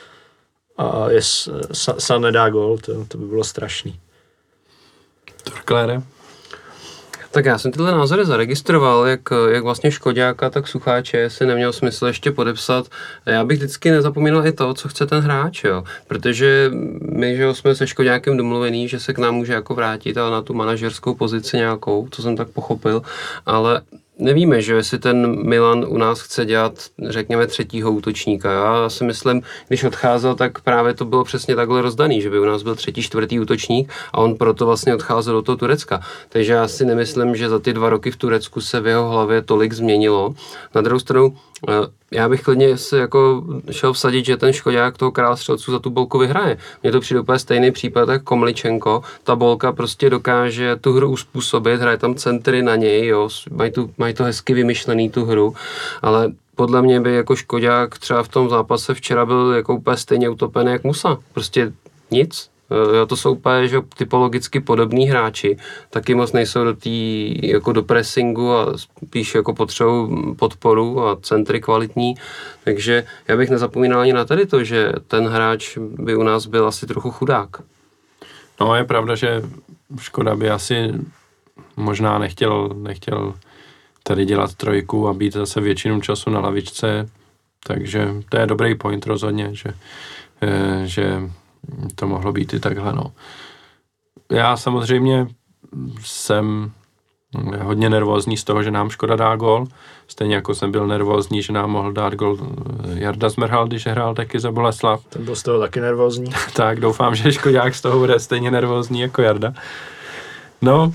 a jest, sa, sa nedá gól, to, to by bylo strašný. Torklére? Tak já jsem tyhle názory zaregistroval, jak, jak vlastně Škoďáka, tak Sucháče si neměl smysl ještě podepsat. Já bych vždycky nezapomínal i to, co chce ten hráč, jo. Protože my, že jo, jsme se Škoďákem domluvený, že se k nám může jako vrátit, ale na tu manažerskou pozici nějakou, co jsem tak pochopil, ale nevíme, že jestli ten Milan u nás chce dělat, řekněme, třetího útočníka. Já si myslím, když odcházel, tak právě to bylo přesně takhle rozdaný, že by u nás byl třetí, čtvrtý útočník a on proto vlastně odcházel do toho Turecka. Takže já si nemyslím, že za ty dva roky v Turecku se v jeho hlavě tolik změnilo. Na druhou stranu, Já bych klidně se jako šel vsadit, že ten Škodák toho Krále střelců za tu bolku vyhraje. Mně to přijde úplně stejný případ jak Komličenko. Ta bolka prostě dokáže tu hru uspůsobit, hraje tam centry na něj, jo, mají, tu, mají to hezky vymyšlený tu hru, ale podle mě by jako Škodák třeba v tom zápase včera byl jako úplně stejně utopený jak Musa. Prostě nic. Jo, to jsou úplně že, typologicky podobní hráči, taky moc nejsou do tý, jako do pressingu a spíš jako potřebují podporu a centry kvalitní, takže já bych nezapomínal ani na tady to, že ten hráč by u nás byl asi trochu chudák. No je pravda, že Škoda by asi možná nechtěl, nechtěl tady dělat trojku a být zase většinu času na lavičce, takže to je dobrý point rozhodně, že, že to mohlo být i takhle, no. Já samozřejmě jsem hodně nervózní z toho, že nám Škoda dá gól, stejně jako jsem byl nervózní, že nám mohl dát gól Jarda Zmrhal, když hrál taky za Boleslav. Ten byl z toho taky nervózní. Tak doufám, že Škodák z toho bude stejně nervózní jako Jarda. No,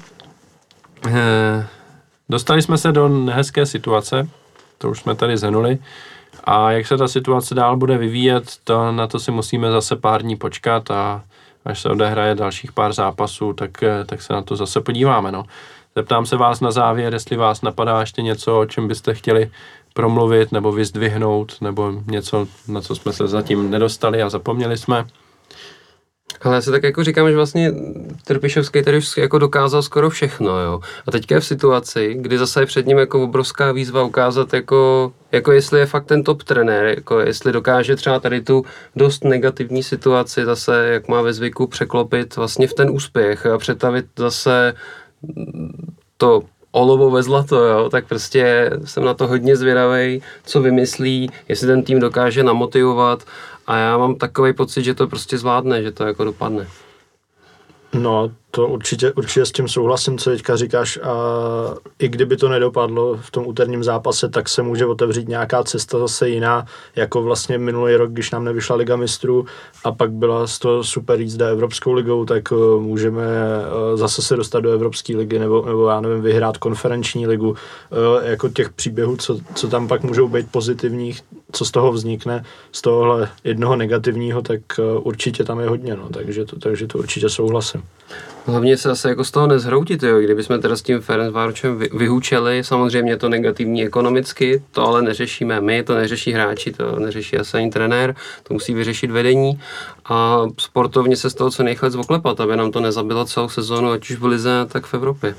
eh, dostali jsme se do nehezké situace, to už jsme tady zhrnuli. A jak se ta situace dál bude vyvíjet, to, na to si musíme zase pár dní počkat a až se odehraje dalších pár zápasů, tak, tak se na to zase podíváme. No. Zeptám se vás na závěr, jestli vás napadá ještě něco, o čem byste chtěli promluvit nebo vyzdvihnout, nebo něco, na co jsme se zatím nedostali a zapomněli jsme. Ale já si tak jako říkám, že vlastně Trpišovský tady už jako dokázal skoro všechno, jo. A teďka je v situaci, kdy zase je před ním jako obrovská výzva ukázat jako, jako jestli je fakt ten top trenér, jako jestli dokáže třeba tady tu dost negativní situaci zase, jak má ve zvyku, překlopit vlastně v ten úspěch a přetavit zase to olovo ve zlato, jo, tak prostě jsem na to hodně zvědavej, co vymyslí, jestli ten tým dokáže namotivovat a já mám takový pocit, že to prostě zvládne, že to jako dopadne. No, to určitě, určitě s tím souhlasím, co teďka říkáš a i kdyby to nedopadlo v tom úterním zápase, tak se může otevřít nějaká cesta zase jiná, jako vlastně minulý rok, když nám nevyšla Liga mistrů a pak byla z toho super jízda Evropskou ligou, tak uh, můžeme uh, zase se dostat do Evropské ligy nebo, nebo já nevím, vyhrát konferenční ligu. Uh, jako těch příběhů, co, co tam pak můžou být pozitivních, co z toho vznikne, z tohohle jednoho negativního, tak uh, určitě tam je hodně, no, takže to, takže to určitě souhlasím. Hlavně se zase jako z toho nezhroutit, jo. Kdybychom teda s tím Ferencvárošem vy, vyhučeli, samozřejmě to negativní ekonomicky, to ale neřešíme my, to neřeší hráči, to neřeší asi ani trenér, to musí vyřešit vedení a sportovně se z toho co nejchlec oklepat, aby nám to nezabilo celou sezónu, ať už v lize, tak v Evropě.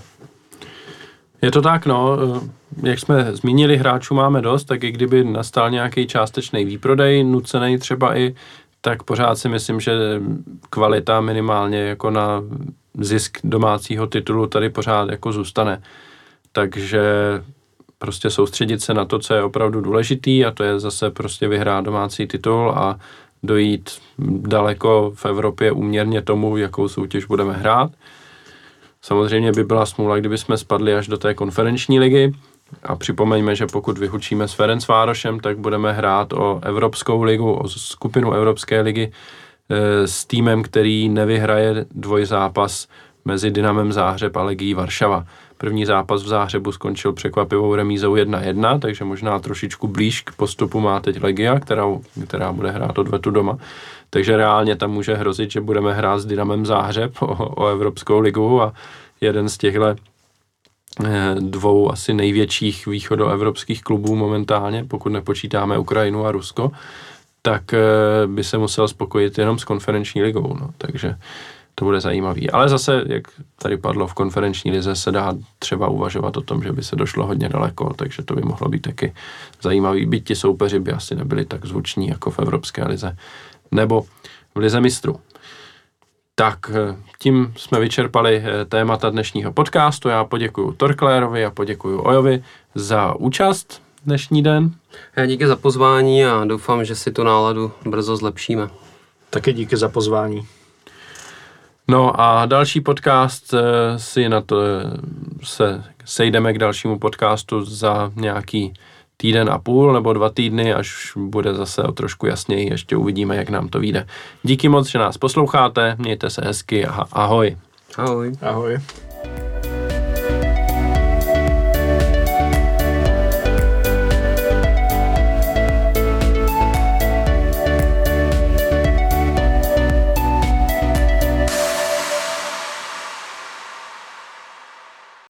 Je to tak, no, jak jsme zmínili, hráčů máme dost, tak i kdyby nastal nějaký částečný výprodej, nucený třeba i, tak pořád si myslím, že kvalita minimálně jako na zisk domácího titulu tady pořád jako zůstane. Takže prostě soustředit se na to, co je opravdu důležitý a to je zase prostě vyhrát domácí titul a dojít daleko v Evropě úměrně tomu, jakou soutěž budeme hrát. Samozřejmě by byla smůla, kdyby jsme spadli až do té konferenční ligy a připomeňme, že pokud vyhučíme s Ferencvárošem, tak budeme hrát o Evropskou ligu, o skupinu Evropské ligy e, s týmem, který nevyhraje dvojzápas mezi Dynamem Záhřeb a Legií Varšava. První zápas v Záhřebu skončil překvapivou remízou jedna jedna, takže možná trošičku blíž k postupu má teď Legia, která, která bude hrát odvetu doma. Takže reálně tam může hrozit, že budeme hrát s Dynamem Záhřeb o, o Evropskou ligu a jeden z těchto dvou asi největších východoevropských klubů momentálně, pokud nepočítáme Ukrajinu a Rusko, tak by se musel spokojit jenom s konferenční ligou. No. Takže to bude zajímavý. Ale zase, jak tady padlo, v konferenční lize se dá třeba uvažovat o tom, že by se došlo hodně daleko, takže to by mohlo být taky zajímavý. Byť ti soupeři by asi nebyli tak zvuční jako v Evropské lize nebo v lize mistrů. Tak tím jsme vyčerpali témata dnešního podcastu. Já poděkuju Torklérovi a poděkuju Ojovi za účast dnešní den. Já díky za pozvání a doufám, že si tu náladu brzo zlepšíme. Taky díky za pozvání. No a další podcast si na to se sejdeme k dalšímu podcastu za nějaký týden a půl nebo dva týdny, až bude zase o trošku jasněji, ještě uvidíme, jak nám to vyjde. Díky moc, že nás posloucháte, mějte se hezky a ahoj. Ahoj. Ahoj.